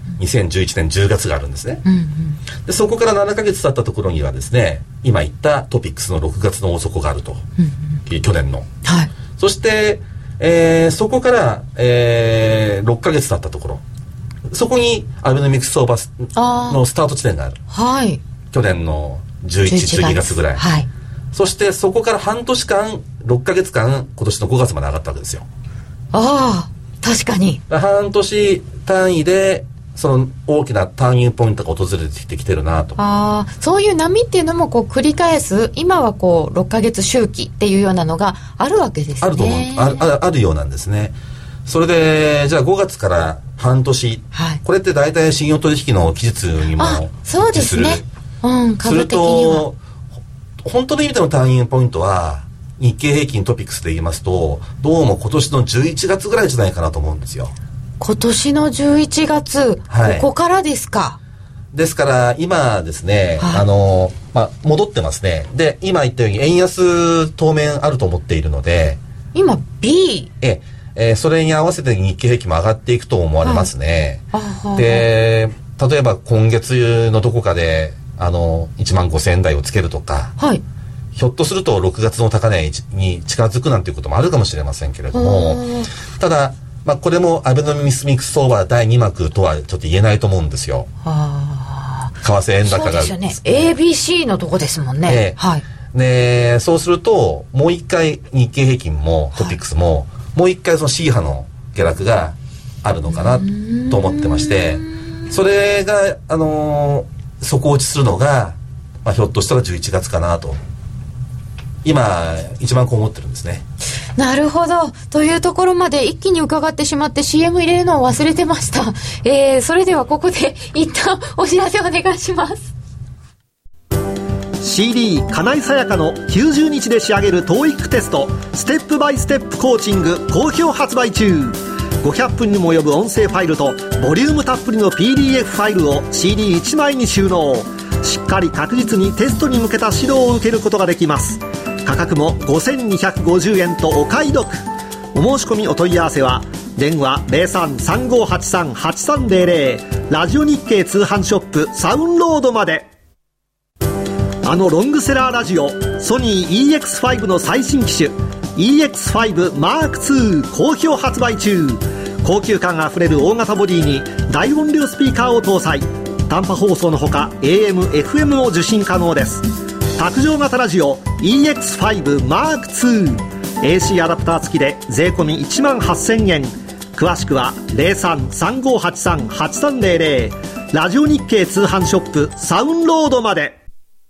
S2: にせんじゅういちねんじゅうがつがあるんですね、
S1: うんうん、
S2: でそこからななかげつ経ったところにはですね、今言ったトピックスのろくがつの大底があると、うんうん、去年の、はい、そして、えー、そこから、えー、ろっかげつ経ったところ、そこにアベノミクス相場のスタート地点がある、
S1: はい、
S2: 去年のじゅういち、じゅうにがつぐらい、はい、そしてそこから半年間ろっかげつかん今年のごがつまで上がったわけですよ。
S1: ああ、確かに
S2: 半年単位でその大きなターニングポイントが訪れてきてるなと。
S1: ああ、そういう波っていうのもこう繰り返す、今はこうろっかげつ周期っていうようなのがあるわけですね。
S2: あると思う、ある、あるようなんですね。それでじゃあごがつから半年、はい、これって大体信用取引の期日にも
S1: そうですね、うん、株的には。すると
S2: 本当の意味でのターニングポイントは日経平均トピックスで言いますと、どうも今年のじゅういちがつぐらいじゃないかなと思うんですよ。
S1: 今年のじゅういちがつ、はい、ここからですか。
S2: ですから今ですね、はい、あのまあ、戻ってますね。で今言ったように円安当面あると思っているので、
S1: 今 B
S2: ええー、それに合わせて日経平均も上がっていくと思われますね、はい、で例えば今月のどこかであのいちまんごせんえん台をつけるとか、はい、ひょっとするとろくがつの高値に近づくなんていうこともあるかもしれませんけれども、ただ、まあ、これもアベノミクス相場だいに幕とはちょっと言えないと思うんですよ。は為替円高がそうですよね、
S1: エービーシー のとこですもんね、えーはい、
S2: でそうするともう一回日経平均もトピックスも、はい、もう一回その C 波の下落があるのかなと思ってまして、それがあのー、底落ちするのが、まあ、ひょっとしたらじゅういちがつかなと今一番こう思ってるんですね。
S1: なるほど、というところまで一気に伺ってしまって シーエム 入れるのを忘れてました、えー、それではここで一旦お知らせお願いします。
S3: シーディー 金井さやかのきゅうじゅうにちで仕上げる トーイック テストステップバイステップコーチング好評発売中。ごひゃっぷんにも及ぶ音声ファイルとボリュームたっぷりの ピーディーエフ ファイルを シーディーいち 枚に収納。しっかり確実にテストに向けた指導を受けることができます。価格もごせんにひゃくごじゅうえんとお買い得。お申し込みお問い合わせは電話 ゼロさん さんごはちさん はちさんゼロゼロ ラジオ日経通販ショップサウンロードまで。あのロングセラーラジオソニー イーエックスファイブ の最新機種 イーエックスファイブマークツー 好評発売中。高級感あふれる大型ボディに大音量スピーカーを搭載。短波放送のほか エーエム、エフエム も受信可能です。卓上型ラジオ イーエックスファイブマークツー エーシー アダプター付きで税込みいちまんはっせんえん。詳しくは ゼロさん さんごはちさん はちさんゼロゼロ ラジオ日経通販ショップサウンロードまで。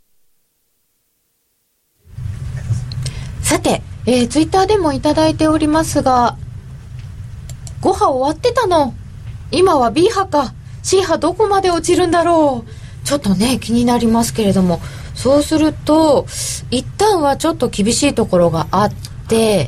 S1: さて、えー、ツイッターでもいただいておりますが、ご波終わってたの、今は B 波か C 波どこまで落ちるんだろう、ちょっとね気になりますけれども、そうすると一旦はちょっと厳しいところがあって、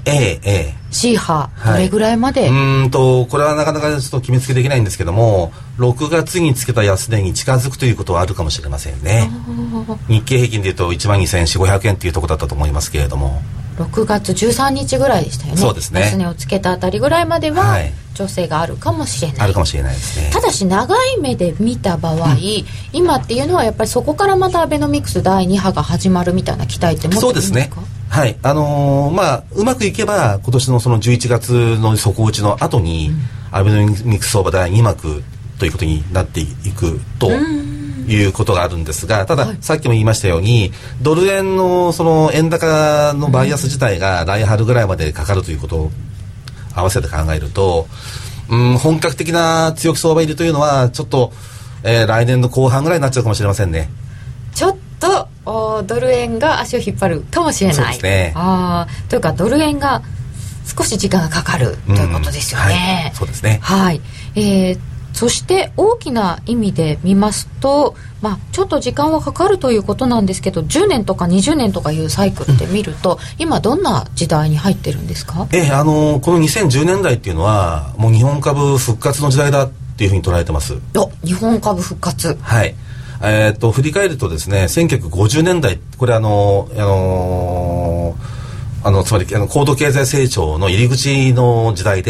S2: ええええ、
S1: C 波どれぐらいまで、
S2: はい、うーんとこれはなかなかちょっと決めつけできないんですけども、ろくがつにつけた安値に近づくということはあるかもしれませんね。日経平均でいうといちまんにせんよんひゃくごひゃくえんというところだったと思いますけれども、
S1: ろくがつじゅうさんにちぐらいでしたよね。
S2: そうですね、
S1: 安値をつけたあたりぐらいまでは調整があるかもしれない、
S2: あるかもしれないですね。
S1: ただし長い目で見た場合、うん、今っていうのはやっぱりそこからまたアベノミクスだいに波が始まるみたいな期待って持ってるんですか？そうですね、
S2: はい、あのー、まあうまくいけば今年のそのじゅういちがつの底打ちの後に、うん、アベノミクス相場だいに幕ということになっていくと、うんいうことがあるんですが、ただ、はい、さっきも言いましたようにドル円のその円高のバイアス自体が来春ぐらいまでかかるということを合わせて考えると、うん、本格的な強気相場入りというのはちょっと、えー、来年の後半ぐらいになっちゃうかもしれませんね。
S1: ちょっとドル円が足を引っ張るかもしれない。
S2: そうですね。
S1: あというかドル円が少し時間がかかるということですよね、
S2: うんはい、そうですね、
S1: はいえーそして大きな意味で見ますと、まあ、ちょっと時間はかかるということなんですけど、じゅうねんとかにじゅうねんとかいうサイクルで見ると、うん、今どんな時代に入ってるんですか？
S2: えあのこのにせんじゅうねんだいっていうのはもう日本株復活の時代だっていうふうに捉えてます。
S1: お、日本株復活、
S2: はい、えー、っと振り返るとですね、せんきゅうひゃくごじゅうねんだい、これあのあのあのつまりあの高度経済成長の入り口の時代で、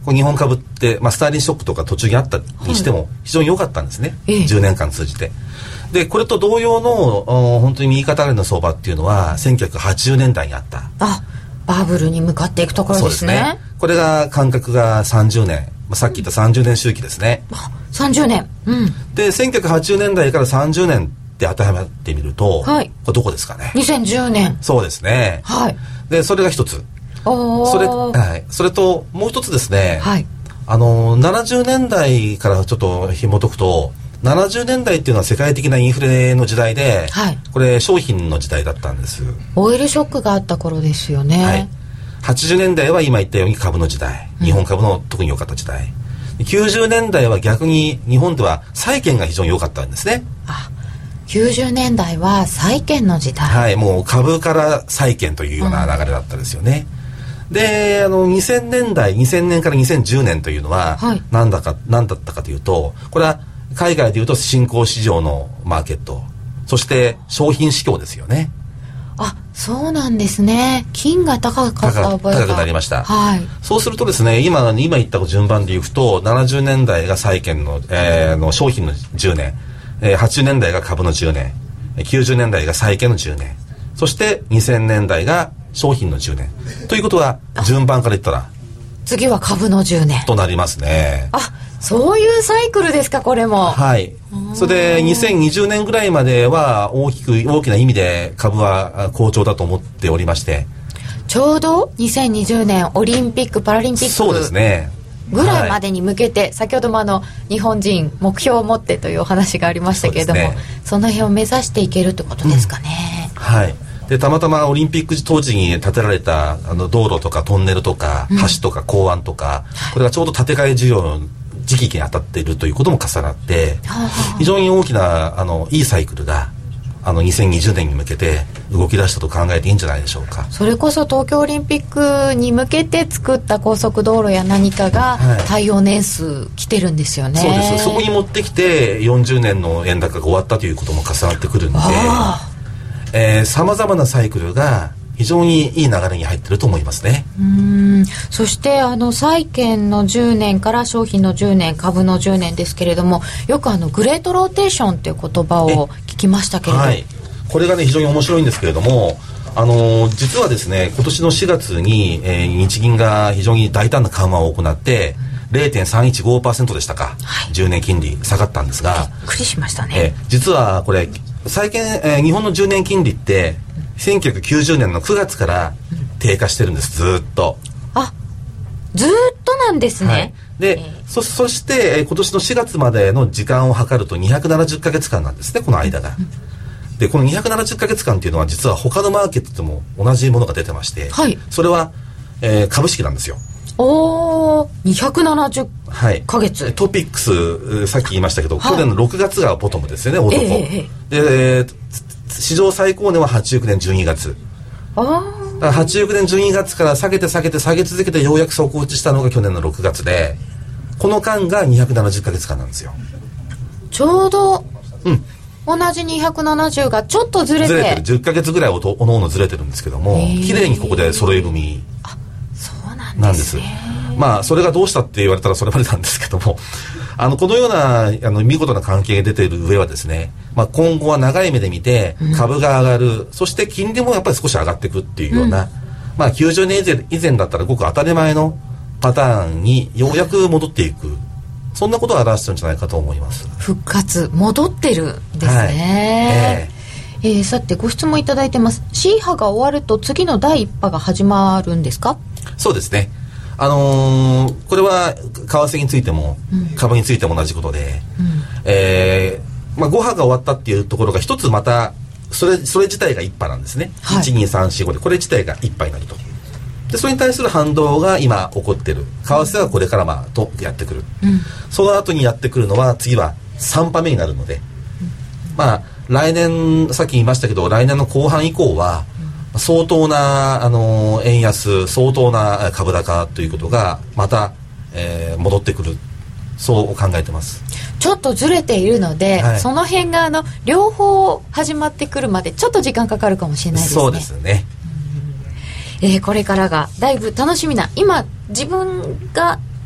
S2: こう日本株って、まあ、スターリンショックとか途中にあったにしても非常に良かったんですね、
S1: ええ、
S2: じゅうねんかん通じて。でこれと同様の本当に右肩上がりの相場っていうのはせんきゅうひゃくはちじゅうねんだいにあった。
S1: あ、バブルに向かっていくところですね。そうですね。
S2: これが間隔がさんじゅうねん、まあ、さっき言ったさんじゅうねん周期ですね。
S1: あ、さんじゅうねん、うん、
S2: でせんきゅうひゃくはちじゅうねんだいからさんじゅうねんって当てはめてみると、はい、これどこですかね。
S1: にせんじゅうねん。
S2: そうですね、
S1: はい、
S2: でそれが一つ。
S1: お
S2: それ、はい、それともう一つですね、
S1: はい、
S2: あのななじゅうねんだいからちょっと紐解くと、ななじゅうねんだいっていうのは世界的なインフレの時代で、はい、これ商品の時代だったんです。
S1: オイルショックがあった頃ですよね、
S2: はい、はちじゅうねんだいは今言ったように株の時代、日本株の特に良かった時代、うん、きゅうじゅうねんだいは逆に日本では債券が非常に良かったんですね。
S1: あ、きゅうじゅうねんだいは債券の時代、
S2: はい、もう株から債券というような流れだったですよね、うん、であのにせんねんだいにせんねんからにせんじゅうねんというのは、はい、何だか何だったかというと、これは海外でいうと新興市場のマーケット、そして商品市況ですよね。
S1: あ、そうなんですね。金が高かった覚えが
S2: 高くなりました、
S1: はい、
S2: そうするとですね、今今言った順番でいくとななじゅうねんだいが債券の、えー、の商品のじゅうねん、えー、はちじゅうねんだいが株のじゅうねん、きゅうじゅうねんだいが債券のじゅうねん、そしてにせんねんだいが商品のじゅうねんということは、順番から言ったら
S1: 次は株のじゅうねん
S2: となりますね。
S1: あ、そういうサイクルですか、これも。
S2: はい。それでにせんにじゅうねんぐらいまでは大きく大きな意味で株は好調だと思っておりまして、
S1: ちょうどにせんにじゅうねんオリンピックパラリンピック、
S2: そうですね、
S1: ぐらいまでに向けて、はい、先ほどもあの日本人目標を持ってというお話がありましたけれども、 そ,、ね、その辺を目指していけるということですかね、
S2: うん、はい。でたまたまオリンピック当時に建てられたあの道路とかトンネルとか橋とか港湾とか、うん、これがちょうど建て替え需要の時期に当たっているということも重なって、非常に大きなあのいいサイクルがあのにせんにじゅうねんに向けて動き出したと考えていいんじゃないでしょうか。
S1: それこそ東京オリンピックに向けて作った高速道路や何かが耐用年数来てるんですよね、
S2: はい、そうです。そこに持ってきてよんじゅうねんの円高が終わったということも重なってくるんで、さまざまなサイクルが非常にいい流れに入ってると思いますね。
S1: うーん、そしてあの債券のじゅうねんから商品のじゅうねん、株のじゅうねんですけれども、よくあのグレートローテーションという言葉を聞きましたけれど、はい、
S2: これがね非常に面白いんですけれども、あのー、実はですね、今年のしがつに、えー、日銀が非常に大胆な緩和を行って、うん、ゼロてんさんいちごパーセント でしたか、はい、じゅうねん金利下がったんですが、
S1: びっくりしましたね、
S2: えー、実はこれ債券、えー、日本のじゅうねん金利ってせんきゅうひゃくきゅうじゅうねんのくがつから低下してるんです、ずっと。
S1: あ、ずっとなんですね、はい、
S2: で、えー、そ, そして、えー、今年のしがつまでの時間を測るとにひゃくななじゅっかげつかんなんですね、この間が、うん、でこのにひゃくななじゅっかげつかんっていうのは実は他のマーケットとも同じものが出てまして、はい、それは、えー、株式なんですよ。
S1: おー、にひゃくななじゅっかげつ、
S2: はい、トピックスさっき言いましたけど、はい、去年のろくがつがボトムですよね、男、
S1: えー、
S2: で、えー、史上最高値ははちじゅうきゅうねんじゅうにがつ、
S1: あ
S2: あはちじゅうきゅうねんじゅうにがつから下げて下げて下げ続けてようやく底打ちしたのが去年のろくがつで、この間がにひゃくななじゅっかげつかんなんですよ。
S1: ちょうど、
S2: うん、
S1: 同じにひゃくななじゅうがちょっとずれて
S2: ずれてる、じゅっかげつぐらいおのおのずれてるんですけども、綺麗にここで揃い踏みなんです。まあそれがどうしたって言われたらそれまでなんですけども、あのこのようなあの見事な関係が出ている上はですね、まあ、今後は長い目で見て株が上がる、うん、そして金利もやっぱり少し上がっていくっていうような、うん、まあきゅうじゅうねん以前、以前だったらごく当たり前のパターンにようやく戻っていく、そんなことを表してるんじゃないかと思います。
S1: 復活戻ってるんですね、はい、えーえー、さてご質問いただいてます。 C 波が終わると次のだいいっ波が始まるんですか？
S2: そうですね、あのー、これは為替についても、うん、株についても同じことで、うん、えーまあ、ご波が終わったっていうところが一つまたそれ、それ自体がいっ波なんですね、はい、いちにさんしごでこれ自体がいっ波になると。でそれに対する反動が今起こってる。為替はこれからまあとやってくる、うん、その後にやってくるのは次はさん波目になるので、うん、まあ来年さっき言いましたけど来年の後半以降は相当なあの円安、相当な株高ということがまた、えー、戻ってくる、そう考えてます。
S1: ちょっとずれているので、はい、その辺があの両方始まってくるまでちょっと時間かかるかもしれないですね。
S2: そうですね、
S1: うん、えー、これからがだいぶ楽しみな、今自分が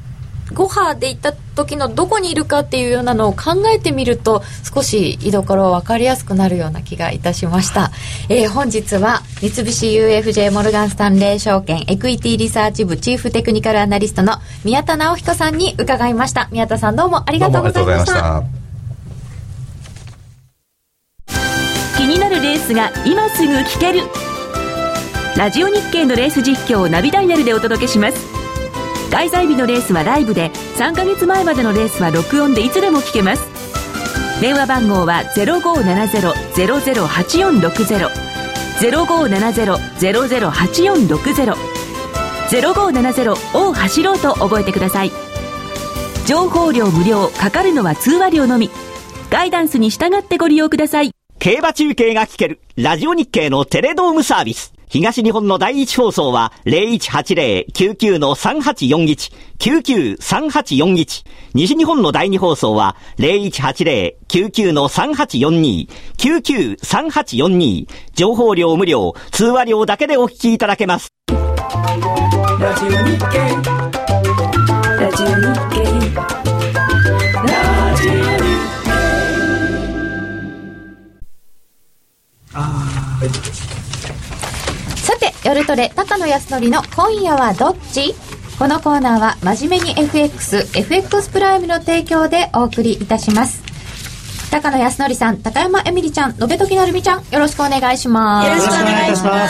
S1: ご波で行った時のどこにいるかっていうようなのを考えてみると少し居所分かりやすくなるような気がいたしました、えー、本日は三菱 ユーエフジェー モルガンスタンレー証券エクイティリサーチ部チーフテクニカルアナリストの宮田直彦さんに伺いました。宮田さんどうもありがとうございました。
S4: 気になるレースが今すぐ聞けるラジオ日経のレース実況をナビダイヤルでお届けします。開催日のレースはライブで、さんかげつまえまでのレースは録音でいつでも聞けます。電話番号は ゼロごーななゼロ ゼロゼロはちよんろくゼロ ゼロごーななゼロ ゼロゼロはちよんろくゼロ ゼロごーななゼロを走ろうと覚えてください。情報料無料、かかるのは通話料のみ。ガイダンスに従ってご利用ください。
S5: 競馬中継が聞けるラジオ日経のテレドームサービス。東日本の第一放送は ゼロいちはちゼロ きゅうきゅう さんはちよんいち きゅうきゅう さんはちよんいち。西日本の第二放送は ゼロいちはちゼロ きゅうきゅう さんはちよんに きゅうきゅう さんはちよんに。情報料無料、通話料だけでお聞きいただけます。
S6: ラジオ日経ラジオ日経ラジオ日経。
S1: あーさて、夜トレ高野康則の今夜はどっち？このコーナーは真面目に エフエックス、エフエックス プライムの提供でお送りいたします。高野康則さん、高山えみりちゃん、延時なるみちゃん、よろしくお願いします。
S7: よろしくお願いします。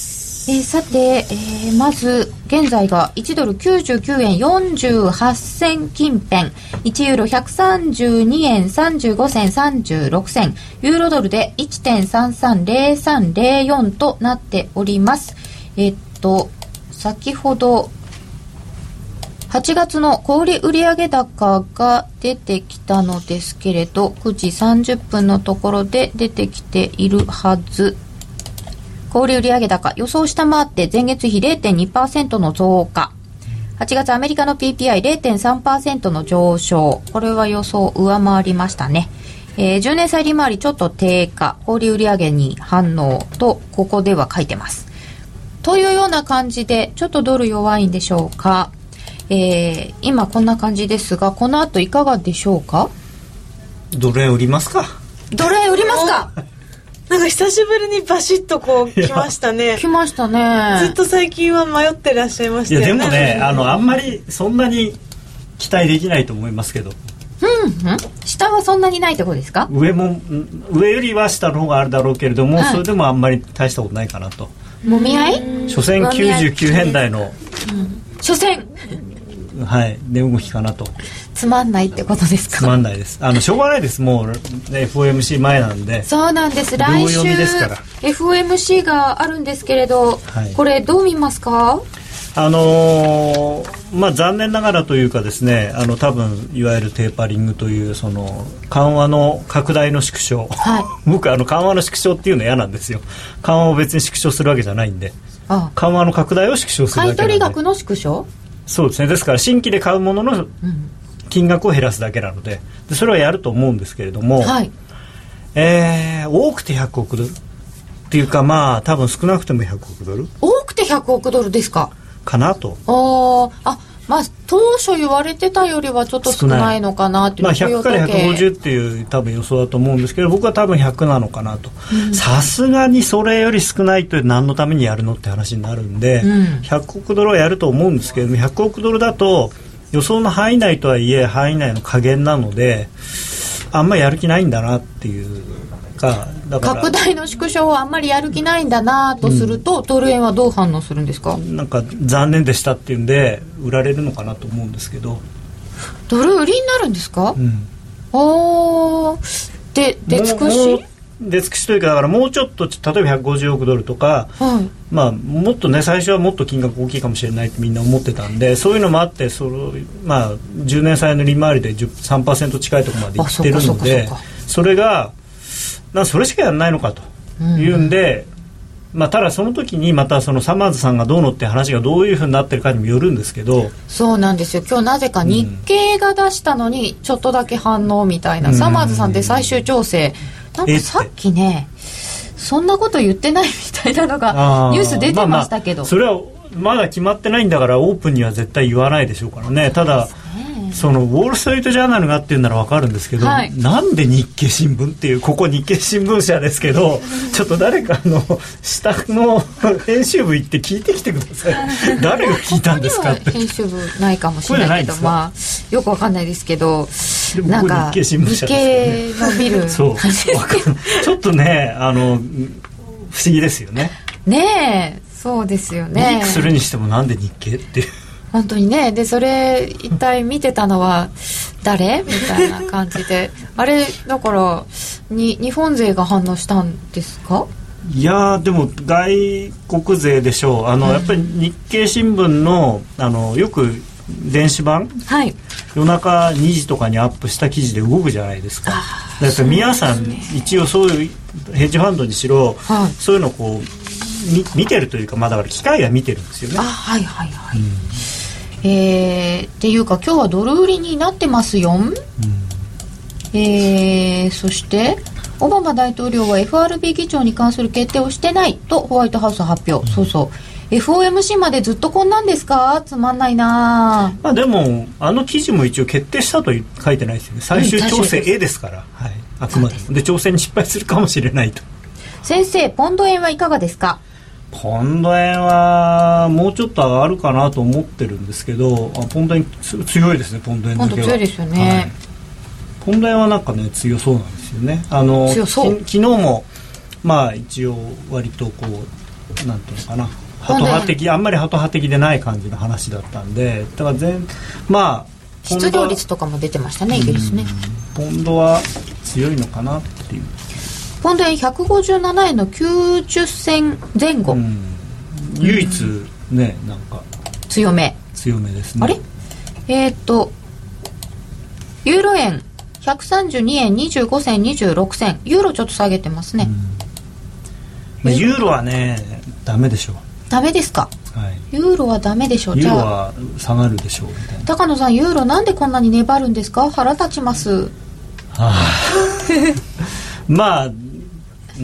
S1: えー、さて、えー、まず現在がいちドルきゅうじゅうきゅうえんよんじゅうはち銭近辺、いちユーロひゃくさんじゅうにえんさんじゅうご銭さんじゅうろく銭、ユーロドルで いちてんさんさんゼロさんゼロよん となっております。えっと先ほどはちがつの小売売上高が出てきたのですけれど、くじさんじゅっぷんのところで出てきているはず。小売売上高予想を下回って前月比 れいてんにパーセント の増加。はちがつアメリカの ピーピーアイ れいてんさんパーセント の上昇。これは予想を上回りましたね。えー、じゅうねん債利回りちょっと低下。小売売上に反応とここでは書いてます。というような感じでちょっとドル弱いんでしょうか。えー、今こんな感じですが、この後いかがでしょうか。
S7: ドル円売りますか。
S1: ドル円売りますか。
S8: なんか久しぶりにバシッとこう来ましたね。
S1: 来ましたね。
S8: ずっと最近は迷ってらっしゃいましたよね。
S7: いやでもね、あのあんまりそんなに期待できないと思いますけど。
S1: うんうん、下はそんなにないところですか。
S7: 上も上よりは下の方があるだろうけれども、はい、それでもあんまり大したことないかなと。
S1: もみ合い？
S7: 所詮きゅうじゅうきゅうえん台の、
S1: うん、所詮
S7: はい値動きかなと。
S1: つまんないってことですか。
S7: つまんないです。あのしょうがないです。もう、ね、エフオーエムシー 前なんで。
S1: そうなんです。来週 エフオーエムシー があるんですけれど、はい、これどう見ますか。
S7: あのー、まあ残念ながらというかですね、あの多分いわゆるテーパリングというその緩和の拡大の縮小、はい、僕あの緩和の縮小っていうの嫌なんですよ。緩和を別に縮小するわけじゃないんで、ああ緩和の拡大を縮小するだけなんで。
S1: 買取額の縮小。
S7: そうですね。ですから新規で買うものの金額を減らすだけなので、でそれはやると思うんですけれども、はい、えー、多くてひゃくおくドルっていうか、まあ多分少なくてもひゃくおくドル。
S1: 多くてひゃくおくドルですか。
S7: かなと。
S1: ああ、まあ当初言われてたよりはちょっと少ないのかなっていう。
S7: まあひゃくからひゃくごじゅうっていう多分予想だと思うんですけど、僕は多分ひゃくなのかなと。さすがにそれより少ないと何のためにやるのって話になるんで、うん、ひゃくおくドルはやると思うんですけれども、ひゃくおくドルだと予想の範囲内とはいえ範囲内の加減なので、あんまりやる気ないんだなっていうか、だから
S1: 拡大の縮小をあんまりやる気ないんだなとすると、うん、ドル円はどう反応するんですか。
S7: なんか残念でしたっていうんで売られるのかなと思うんですけど。
S1: ドル売りになるんですか。うん、あで出尽くし
S7: 出尽くしというか、だからもうちょっと例えばひゃくごじゅうおくドルとか、はい、まあ、もっとね最初はもっと金額大きいかもしれないってみんな思ってたんで、そういうのもあってその、まあ、じゅうねん債の利回りで さんパーセント 近いところまでいってるので、それがなそれしかやらないのかというんで、うん、まあ、ただその時にまたそのサマーズさんがどうのって話がどういうふうになってるかにもよるんですけど。
S1: そうなんですよ。今日なぜか日経が出したのにちょっとだけ反応みたいな、うん、サマーズさんって最終調整なんかさっきねそんなこと言ってないみたいなのがニュース出てましたけど、
S7: まあまあ、それはまだ決まってないんだからオープンには絶対言わないでしょうからね。ただそのウォールストリートジャーナルがっていうなら分かるんですけど、はい、なんで日経新聞っていう、ここ日経新聞社ですけどちょっと誰かの下の編集部行って聞いてきてください誰が聞いたんですかって。
S1: 編集部ないかもしれないけど、まあ、よく分かんないですけど、なんか
S7: 日経新聞社です、ね、
S1: 日経のビル
S7: そうちょっとね、あの不思議ですよね。
S1: ねえ、そうですよね。
S7: リークするにしてもなんで日経っていう
S1: 本当にね。でそれ一体見てたのは誰みたいな感じであれだからに日本勢が反応したんですか。
S7: いやでも外国勢でしょう。あの、うん、やっぱり日経新聞 の, あのよく電子版、はい、夜中にじとかにアップした記事で動くじゃないですか。だから皆さん、ね、一応そういうヘッジファンドにしろ、はい、そういうのをこう見てるというか、まあ、だから機械が見てるんですよね。
S1: あ、はいはいはい、うん、えー、っていうか今日はドル売りになってますよ、うんえー、そしてオバマ大統領は エフアールビー 議長に関する決定をしてないとホワイトハウス発表、うん、そうそう エフオーエムシー までずっとこんなんですか、つまんないな、
S7: まあ、でもあの記事も一応決定したと書いてないですよね。最終調整 A ですから、はい、あくまでもで調整に失敗するかもしれないと。
S1: 先生、ポンド円はいかがですか。
S7: ポンド円はもうちょっと上がるかなと思ってるんですけど、あポンド円強いですね。ポンド円だけは
S1: ポンド強いですよね、はい、
S7: ポンド円はなんかね強そうなんですよね。あの強そう。昨日もまあ一応割とこうなんていうのかな、ハト派的、あんまりハト派的でない感じの話だったんで、だから全まあ
S1: 失業率とかも出てましたね、イギリスね。
S7: ポンドは強いのかなっていう。
S1: ポンド円ひゃくごじゅうななえんのきゅうじゅっせんぜん後、うん、
S7: 唯一ね、なんか
S1: 強め
S7: 強めですね。
S1: あれえー、っとユーロ円ひゃくさんじゅうにえんにじゅうごせんにじゅうろくせん、ユーロちょっと下げてますね、うん
S7: まあ、ユーロはねダメでしょう。
S1: ダメですか、はい、ユーロはダメでしょう。
S7: ユーロは下がるでしょうみたいな。
S1: 高野さん、ユーロなんでこんなに粘るんですか。腹立ちます、はあ、
S7: まあうん、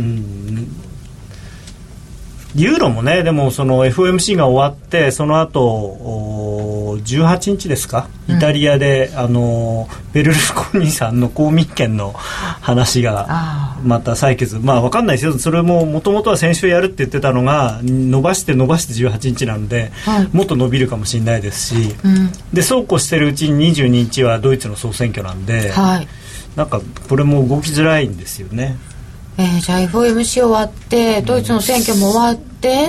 S7: ユーロもね、でもその エフオーエムシー が終わってその後じゅうはちにちですか、イタリアで、うん、あのベルルスコーニさんの公民権の話がまた採決、まあ分かんないですよ。それももともとは先週やるって言ってたのが伸ばして伸ばしてじゅうはちにちなので、はい、もっと伸びるかもしれないですし、うん、でそうこうしてるうちににじゅうににちはドイツの総選挙なんで、はい、なんかこれも動きづらいんですよね。
S1: えー、じゃあ エフオーエムシー 終わってドイツの選挙も終わって、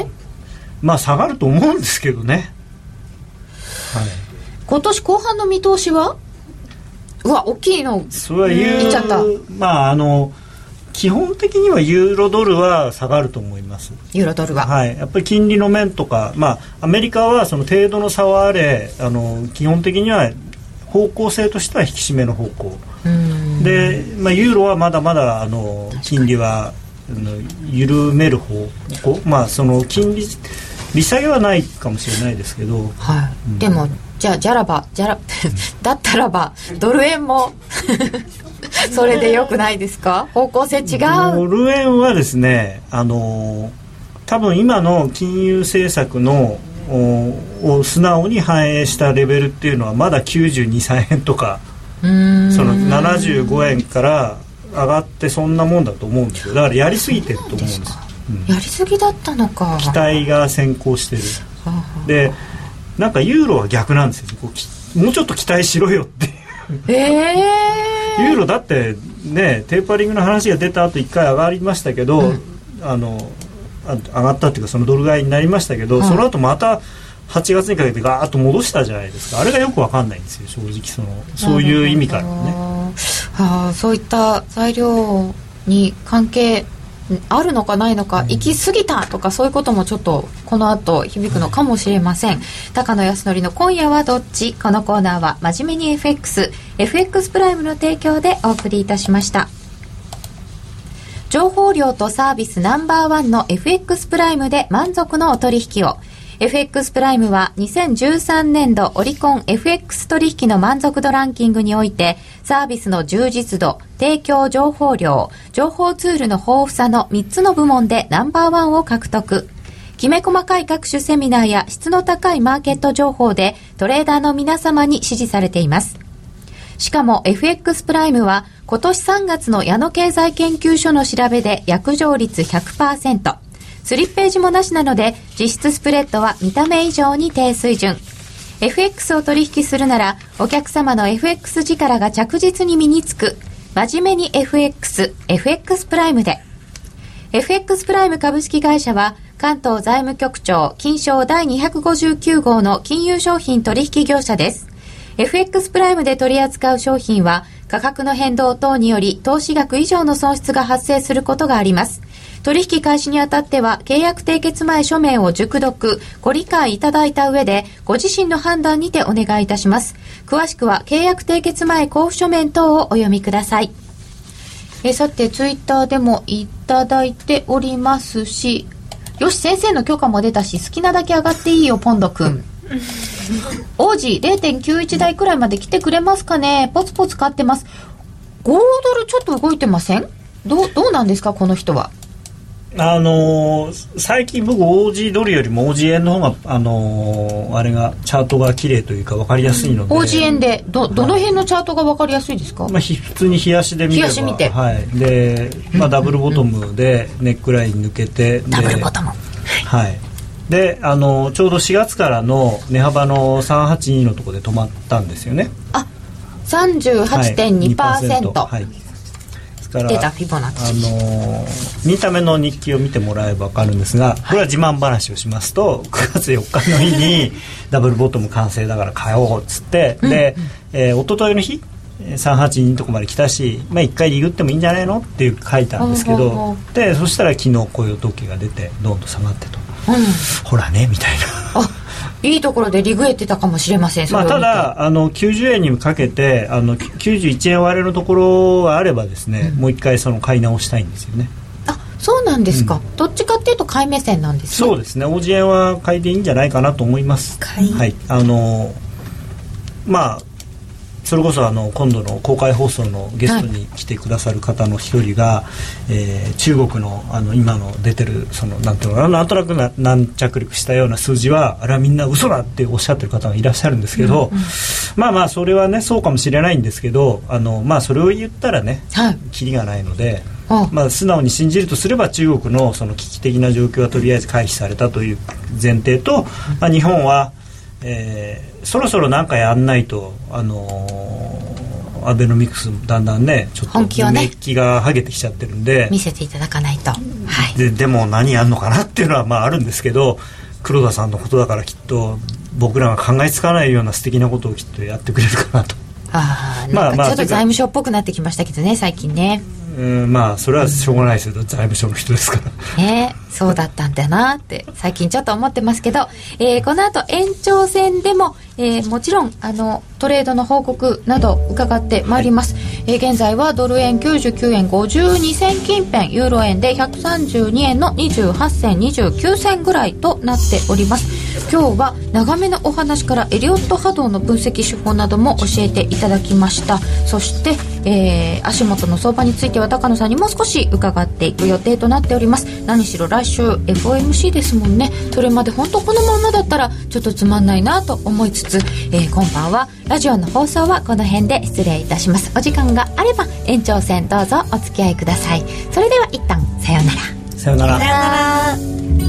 S7: うん、まあ下がると思うんですけどね、
S1: はい、今年後半の見通しはうわ大きいの
S7: それはユー
S1: 言っちゃった。
S7: まああの基本的にはユーロドルは下がると思います。
S1: ユーロドルは、
S7: はい、やっぱり金利の面とか、まあ、アメリカはその程度の差はあれ、あの基本的には方向性としては引き締めの方向で、まあ、ユーロはまだまだあの金利はあの緩める方向、まあ、その金利利下げはないかもしれないですけど、
S1: はい、うん、でもじゃあじゃらばじゃらだったらばドル円もそれでよくないですか。方向性違う。
S7: ドル円はですね、あの多分今の金融政策のを素直に反映したレベルっていうのはまだきゅうじゅうに、さんえんとか、うーん、そのななじゅうごえんから上がってそんなもんだと思うんですよ。だからやりすぎてると思うんです。
S1: うん、やりすぎだったのか。
S7: 期待が先行してる。はあはあ、でなんかユーロは逆なんですよ。こうもうちょっと期待しろよっていう。
S1: えー、
S7: ユーロだってね、テーパリングの話が出た後いっかい上がりましたけど、うん、あの上がったっていうかそのドル買いになりましたけど、はい、その後またはちがつにかけてガーッと戻したじゃないですか。あれがよく分かんないんですよ正直。そのそういう意味からね、
S1: はあ、そういった材料に関係あるのかないのか、うん、行き過ぎたとかそういうこともちょっとこの後響くのかもしれません、はい、高野康則の今夜はどっち。このコーナーは真面目に エフエックス エフエックス プライムの提供でお送りいたしました。情報量とサービスナンバーワンの エフエックス プライムで満足のお取引を。 エフエックス プライムはにせんじゅうさんねんどオリコン エフエックス 取引の満足度ランキングにおいてサービスの充実度、提供情報量、情報ツールの豊富さのみっつの部門でナンバーワンを獲得。きめ細かい各種セミナーや質の高いマーケット情報でトレーダーの皆様に支持されています。
S9: しかも エフエックス プライムは今年さんがつの矢野経済研究所の調べで約定率 ひゃくパーセント、スリッページもなしなので実質スプレッドは見た目以上に低水準。 エフエックス を取引するならお客様の エフエックス 力が着実に身につく真面目に エフエックス、エフエックス プライムで。 エフエックス プライム株式会社は関東財務局長金商第にひゃくごじゅうきゅう号の金融商品取引業者です。 エフエックス プライムで取り扱う商品は価格の変動等により投資額以上の損失が発生することがあります。取引開始にあたっては契約締結前書面を熟読ご理解いただいた上でご自身の判断にてお願いいたします。詳しくは契約締結前交付書面等をお読みください。えさてツイッターでもいただいておりますし、よし先生の許可も出たし好きなだけ上がっていいよポンドくん王子 れいてんきゅういち 台くらいまで来てくれますかね。ポツポツ買ってます。ごドルちょっと動いてません？どう、どうなんですかこの人は。
S7: あのー、最近僕 オージー ドルよりも オージー 円の方が、あのー、あれがチャートが綺麗というか分かりやすいので、
S9: オージー 円で ど, どの辺のチャートが分かりやすいですか？
S7: まあ、普通に日足で見れば、
S9: 日足見て、
S7: はいでまあ、ダブルボトムでネックライン抜けて、
S9: ダブルボトム、
S7: はいであのちょうどしがつからの値幅のさんはちにのところで止まったんですよね。
S9: あ さんじゅうはちてんにパーセント、
S7: はい、ですから
S9: 出たフィボナッチ、
S7: あの見た目の日記を見てもらえば分かるんですが、これは自慢話をしますとくがつよっかの日にダブルボトム完成だから買おうっつって、うん、で、えー、一昨日の日さんはちにのとこまで来たし、まあ、いっかいリグってもいいんじゃないのっていう書いたんですけど、
S9: ほうほうほう、
S7: でそしたら昨日雇用統計が出てどんどん下がってと、うん、ほらねみたいな
S9: あいいところでリグえてたかもしれません。
S7: まあ、ただあのきゅうじゅうえんにかけてあのきゅうじゅういちえん割れのところがあればですね、うん、もう一回その買い直したいんですよね。
S9: あそうなんですか、
S7: うん、
S9: どっちかっていうと買い目線なんですね。
S7: そうですね、オージー 円は買いでいいんじゃないかなと思います。
S9: 買い、
S7: はい、あのまあそれこそあの今度の公開放送のゲストに来てくださる方の一人が、はい、えー、中国 の, あの今の出てるそのなんていうのなんとなくな軟着陸したような数字はあれはみんな嘘だっておっしゃってる方がいらっしゃるんですけど、うんうん、まあまあそれはねそうかもしれないんですけど、あの、まあ、それを言ったらね、はい、キリがないので、まあ、素直に信じるとすれば中国のその危機的な状況はとりあえず回避されたという前提と、まあ、日本はえー、そろそろなんかやんないと、あのー、アベノミクスだんだんねちょっと熱気がはげてきちゃってるんで、
S9: 見せていただかないと、はい、
S7: で, でも何やんのかなっていうのはまああるんですけど、黒田さんのことだからきっと僕らが考えつかないような素敵なことをきっとやってくれるかなと。
S9: あなんかちょっと財務省っぽくなってきましたけどね最近ね。
S7: うん、まあそれはしょうがないですよ、財務省の人ですから
S9: ね。そうだったんだなって最近ちょっと思ってますけど、えー、この後延長戦でも、えー、もちろんあのトレードの報告など伺ってまいります、はい、えー、現在はドル円きゅうじゅうきゅうえんごじゅうに銭近辺、ユーロ円でひゃくさんじゅうにえんのにじゅうはち銭にじゅうきゅう銭ぐらいとなっております。今日は長めのお話からエリオット波動の分析手法なども教えていただきました。そして、えー、足元の相場については高野さんにもう少し伺っていく予定となっております。何しろ来週 エフオーエムシー ですもんね。それまで本当このままだったらちょっとつまんないなと思いつつ、えー、今晩はラジオの放送はこの辺で失礼いたします。お時間があれば延長戦どうぞお付き合いください。それでは一旦さようなら。
S7: さようなら。
S9: さようなら。